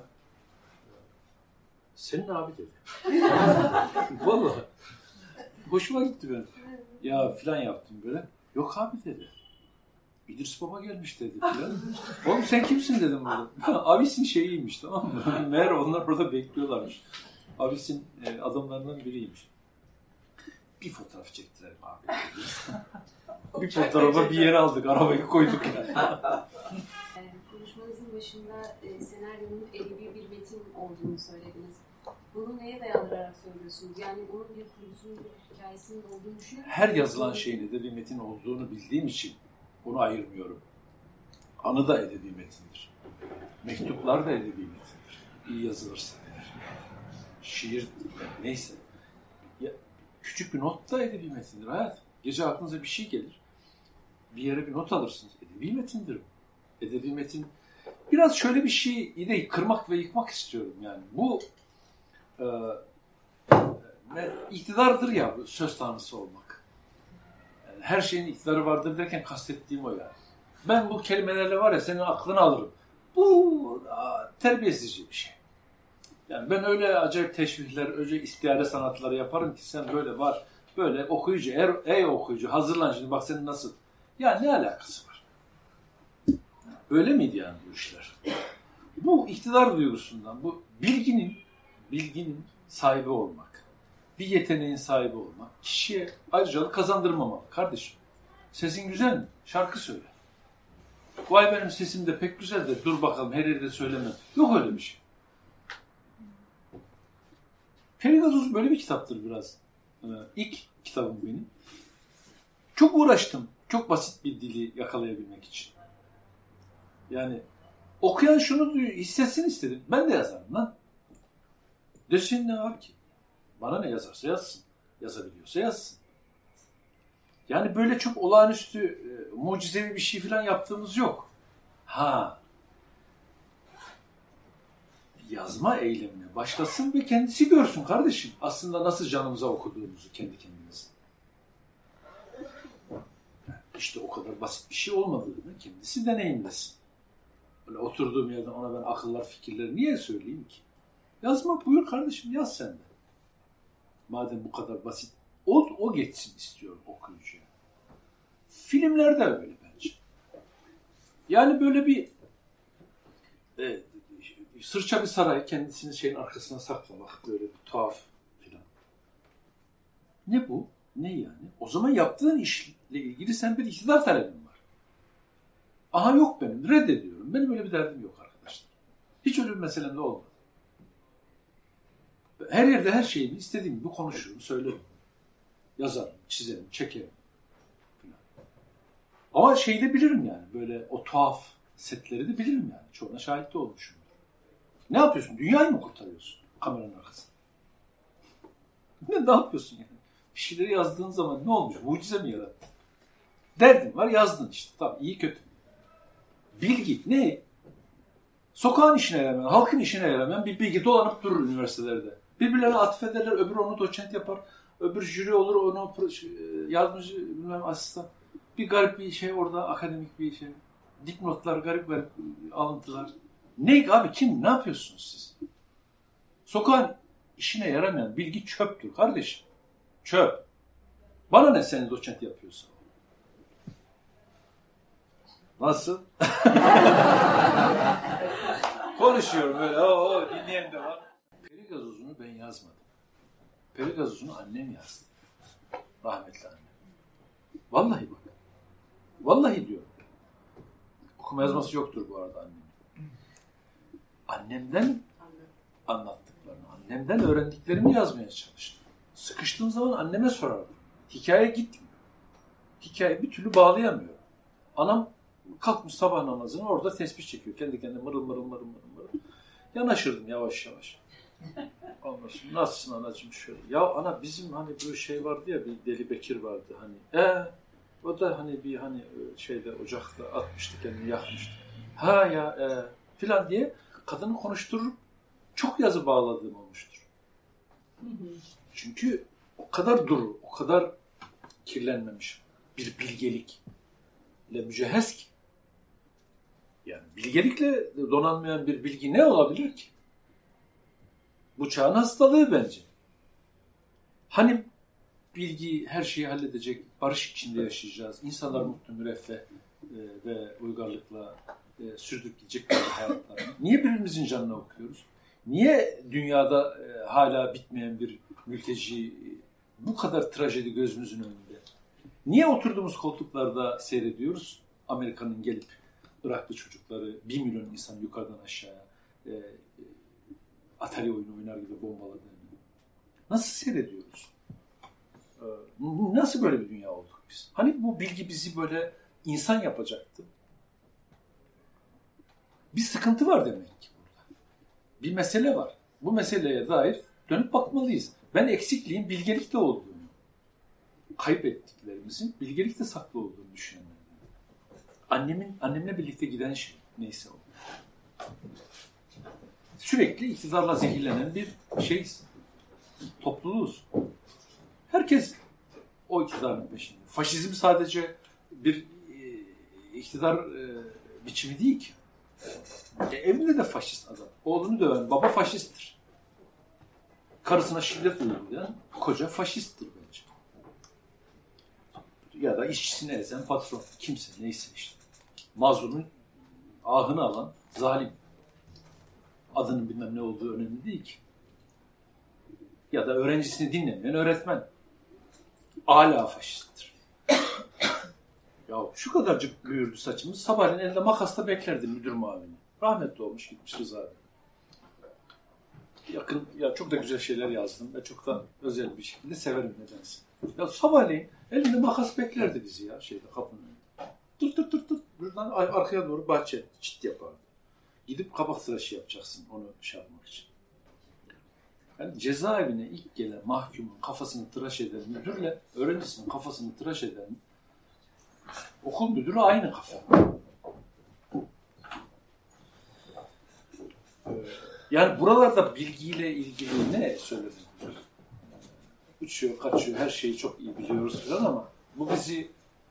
Senin abi dedi. Vallahi. Hoşuma gitti benim. Ya filan yaptım böyle. Yok abi dedi. İdris Baba gelmiş dedi filan. Oğlum sen kimsin dedim burada. Abisinin şeyiymiş, tamam mı? Meğer onlar burada bekliyorlarmış. Abisinin adamlarından biriymiş. Bir fotoğraf çektirelim abi dedi. Bir fotoğrafa bir yere aldık, arabayı koyduk yani. Konuşmanızın başında senaryonun edebi bir metin olduğunu söylediniz. Bunu neye dayandırarak söylüyorsunuz? Yani onun bir kurgusunun, bir hikayesinin olduğunu düşünüyor musunuz? Her yazılan şeyin edebi metin olduğunu bildiğim için onu ayırmıyorum. Anı da edebi metindir. Mektuplar da edebi metindir. İyi yazılırsa eğer. Şiir neyse. Ya, küçük bir not da edebi metindir hayat. Gece aklınıza bir şey gelir. Bir yere bir not alırsınız. Edebi metindir. Edebi metin. Biraz şöyle bir şeyi de kırmak ve yıkmak istiyorum yani. Bu iktidardır ya, söz tanrısı olmak. Yani her şeyin iktidarı vardır derken kastettiğim o yani. Ben bu kelimelerle var ya senin aklını alırım. Bu terbiyesizce bir şey. Yani ben öyle acayip teşbihler, öyle istiyare sanatları yaparım ki sen böyle var, böyle okuyucu, ey okuyucu hazırlan şimdi bak senin nasıl. Ya ne alakası var? Öyle miydi yani bu işler? Bu iktidar duygusundan, bu bilginin sahibi olmak, bir yeteneğin sahibi olmak, kişiye ayrıcalık kazandırmamalı. Kardeşim, sesin güzel mi? Şarkı söyle. Vay benim sesim de pek güzel de dur bakalım her yerde söylemem. Yok öyle bir şey. Pegasus böyle bir kitaptır biraz. İlk kitabım benim. Çok uğraştım. Çok basit bir dili yakalayabilmek için. Yani okuyan şunu hissetsin istedim. Ben de yazarım lan. Desin ne var ki? Bana ne yazarsa yazsın. Yazabiliyorsa yazsın. Yani böyle çok olağanüstü, mucizevi bir şey falan yaptığımız yok. Yazma eylemine başlasın ve kendisi görsün kardeşim. Aslında nasıl canımıza okuduğumuzu kendi kendimize. İşte o kadar basit bir şey olmadığını kendisi deneyimlesin. Böyle oturduğum yerden ona ben akıllar, fikirleri niye söyleyeyim ki? Yazma buyur kardeşim, yaz sen de. Madem bu kadar basit. O geçsin istiyorum okuyucuya. Filmler de öyle bence. Yani böyle bir sırça bir saray kendisini şeyin arkasına saklamak böyle bir tuhaf filan. Ne bu? Ne yani? O zaman yaptığın işle ilgili sen bir iktidar talebin var. Aha yok benim. Reddediyorum. Benim öyle bir derdim yok arkadaşlar. Hiç öyle bir meselem de olmadı. Her yerde her şeyimi istediğim gibi konuşurum, söylerim. Yazarım, çizerim, çekerim. Falan. Ama şeyi de bilirim yani. Böyle o tuhaf setleri de bilirim yani. Çoğuna şahit de olmuşum. Ne yapıyorsun? Dünyayı mı kurtarıyorsun? Kameranın arkasında. Ne yapıyorsun yani? Bir şeyleri yazdığın zaman ne olmuş? Mucize mi yarattın? Derdin var, yazdın işte. Tamam, iyi kötü. Bilgi ne? Sokağın işine yaramayan, halkın işine yaramayan bir bilgi dolanıp durur üniversitelerde. Birbirlerine atıf ederler, öbürü onu doçent yapar, öbür jüri olur, onu yardımcı, bilmem asistan. Bir garip bir şey orada, akademik bir şey. Dipnotlar, garip alıntılar. Ne abi, kim, ne yapıyorsunuz siz? Sokağın işine yaramayan bilgi çöptür kardeşim. Çöp. Bana ne seni doçent yapıyorsa. Nasıl? Konuşuyorum böyle, dinleyen de var. Peri Gazozunu ben yazmadım. Peri Gazozunu annem yazdı. Rahmetli annem. Vallahi bak. Vallahi diyorum. Okuma yazması yoktur bu arada annemin. Annemden anlattıklarını, annemden öğrendiklerimi yazmaya çalıştım. Sıkıştığım zaman anneme sorardım. Hikaye gitmiyor. Hikaye bir türlü bağlayamıyor. Anam kalkmış sabah namazını orada tesbih çekiyor. Kendi kendine mırıl. Yanaşırdım yavaş yavaş. Ondan sonra nasılsın anacığım şöyle. Ya ana bizim hani böyle şey vardı ya, bir Deli Bekir vardı hani. O da hani bir hani şeyde ocakta atmıştı kendini, yakmıştı. Filan diye kadını konuşturup çok yazı bağladığım olmuştur. Çünkü o kadar durur, o kadar kirlenmemiş bir bilgelikle mücehhez ki. Yani bilgelikle donanmayan bir bilgi ne olabilir ki? Bu çağın hastalığı bence. Hani bilgi her şeyi halledecek, barış içinde yaşayacağız. İnsanlar mutlu, müreffeh ve uygarlıkla sürdürüp gidecekler hayatlarını. Niye birbirimizin canına okuyoruz? Niye dünyada hala bitmeyen bir mülteci, bu kadar trajedi gözümüzün önünde? Niye oturduğumuz koltuklarda seyrediyoruz Amerika'nın gelip Iraklı çocukları 1 milyon insan yukarıdan aşağıya Atari oyunu oynar gibi bombaladığını? Nasıl seyrediyoruz? Nasıl böyle bir dünya olduk biz? Hani bu bilgi bizi böyle insan yapacaktı? Bir sıkıntı var demek ki burada. Bir mesele var. Bu meseleye dair dönüp bakmalıyız. Ben eksikliğin bilgelikte olduğunu, kaybettiklerimizin bilgelikte saklı olduğunu düşünenlerden. Annemle birlikte giden şey neyse o. Sürekli iktidarla zehirlenen bir şeyiz. Topluluğuz. Herkes o iktidarın peşinde. Faşizm sadece bir iktidar biçimi değil ki. Evinde de faşist adam. Oğlunu döven baba faşisttir. Karısına şiddet uygulayan koca faşisttir bence. Ya da işçisini ezen patron. Kimse neyse işte. Mazlumun ahını alan zalim. Adının bilmem ne olduğu önemli değil ki. Ya da öğrencisini dinlemeyen öğretmen. Âlâ faşisttir. Ya şu kadarcık büyürdü saçımız. Sabahleyin elde makasla beklerdi müdür muavini. Rahmetli olmuş, gitmiş Rıza abi. Yakın, ya çok da güzel şeyler yazdım ve çok da özel bir şekilde severim nedense. Ya sabahleyin elinde makas beklerdi bizi ya kapının önünde. Dur. Buradan arkaya doğru bahçe çit yapardı. Gidip kabak tıraşı yapacaksın onu yapmak için. Yani cezaevine ilk gelen mahkumun kafasını tıraş eden müdürle öğrencisinin kafasını tıraş eden okul müdürü aynı kafa. Yani buralarda bilgiyle ilgili ne söyledim? Uçuyor, kaçıyor, her şeyi çok iyi biliyoruz falan ama bu bizi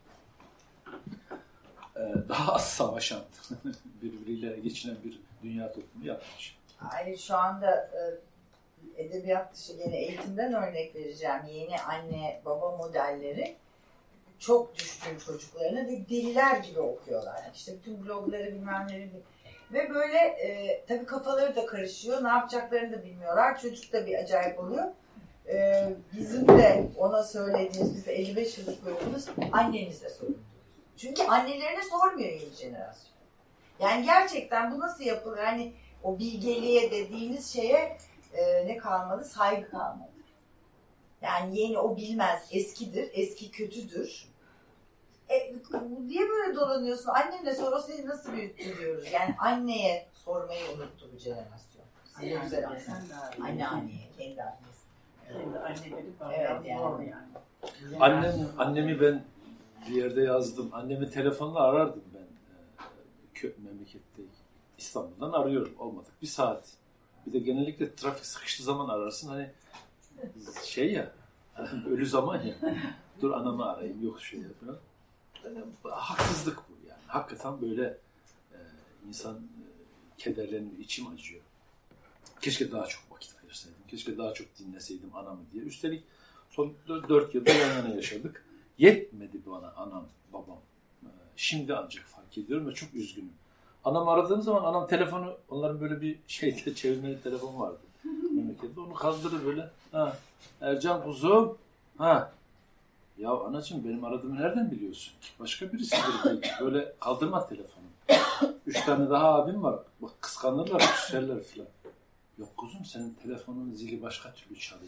daha az savaşan, birbiriyle geçinen bir dünya toplumu yapmış. Hayır, şu anda edebiyat dışı yine eğitimden örnek vereceğim. Yeni anne baba modelleri çok düşkün çocuklarına ve deliler gibi okuyorlar. Yani işte bütün blogları bilmemleri ve böyle tabii kafaları da karışıyor. Ne yapacaklarını da bilmiyorlar. Çocuk da bir acayip oluyor. Bizim de ona söylediğimiz, biz de 55 yıllık bölümümüz annenize sorun. Çünkü annelerine sormuyor yeni jenerasyon. Yani gerçekten bu nasıl yapılır? Yani o bilgeliğe dediğiniz şeye ne kalmadı? Saygı kalmadı. Yani yeni o bilmez, eskidir, eski kötüdür. Diye böyle dolanıyorsun. Annenle sor, o seni nasıl büyüttü diyoruz. Yani anneye sormayı unuttu bu jenerasyon. Size güzel anneanneye, kendi annesi. Kendi anneleri evet, yani. Annemi ben bir yerde yazdım. Annemi telefonla arardım ben. Memlekette İstanbul'dan arıyorum. Olmadı. 1 saat. Bir de genellikle trafik sıkıştığı zaman ararsın. Hani ya ölü zaman ya. Dur anamı arayayım. Yok şöyle falan. Haksızlık bu yani. Hakikaten böyle insan kederleniyor. İçim acıyor. Keşke daha çok vakit ayırsaydım. Keşke daha çok dinleseydim anamı diye. Üstelik son 4 yılda yan yana yaşadık. Yetmedi bana anam, babam. Şimdi ancak fark ediyorum ve çok üzgünüm. Anam aradığım zaman anam telefonu, onların böyle bir çevirmeli telefon vardı memlekette. Onu kaldırır böyle. Ha, Ercan kuzum. Ha. Ya anacığım benim aradığımı nereden biliyorsun? Başka birisidir belki. Böyle kaldırma telefonu. 3 tane daha abim var. Bak kıskanırlar, küserler filan. Yok kuzum senin telefonun zili başka türlü çalıyor.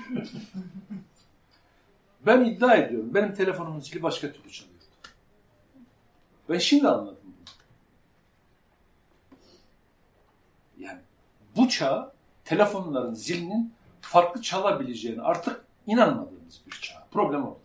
Ben iddia ediyorum. Benim telefonumun zili başka türlü çalıyor. Ben şimdi anladım bunu. Yani bu çağ telefonların zilinin farklı çalabileceğini artık inanmadığımız bir çağ. Problem orada.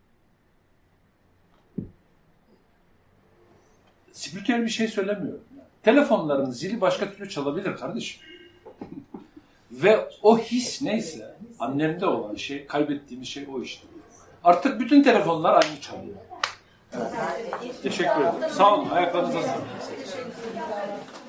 Spiritüel bir şey söylemiyorum. Yani. Telefonların zili başka türlü çalabilir kardeşim. Ve o his neyse, annemde olan şey, kaybettiğimiz şey o işte. Artık bütün telefonlar aynı çalıyor. Teşekkür ederim. Sağ olun. Ayaklarınıza sağlık.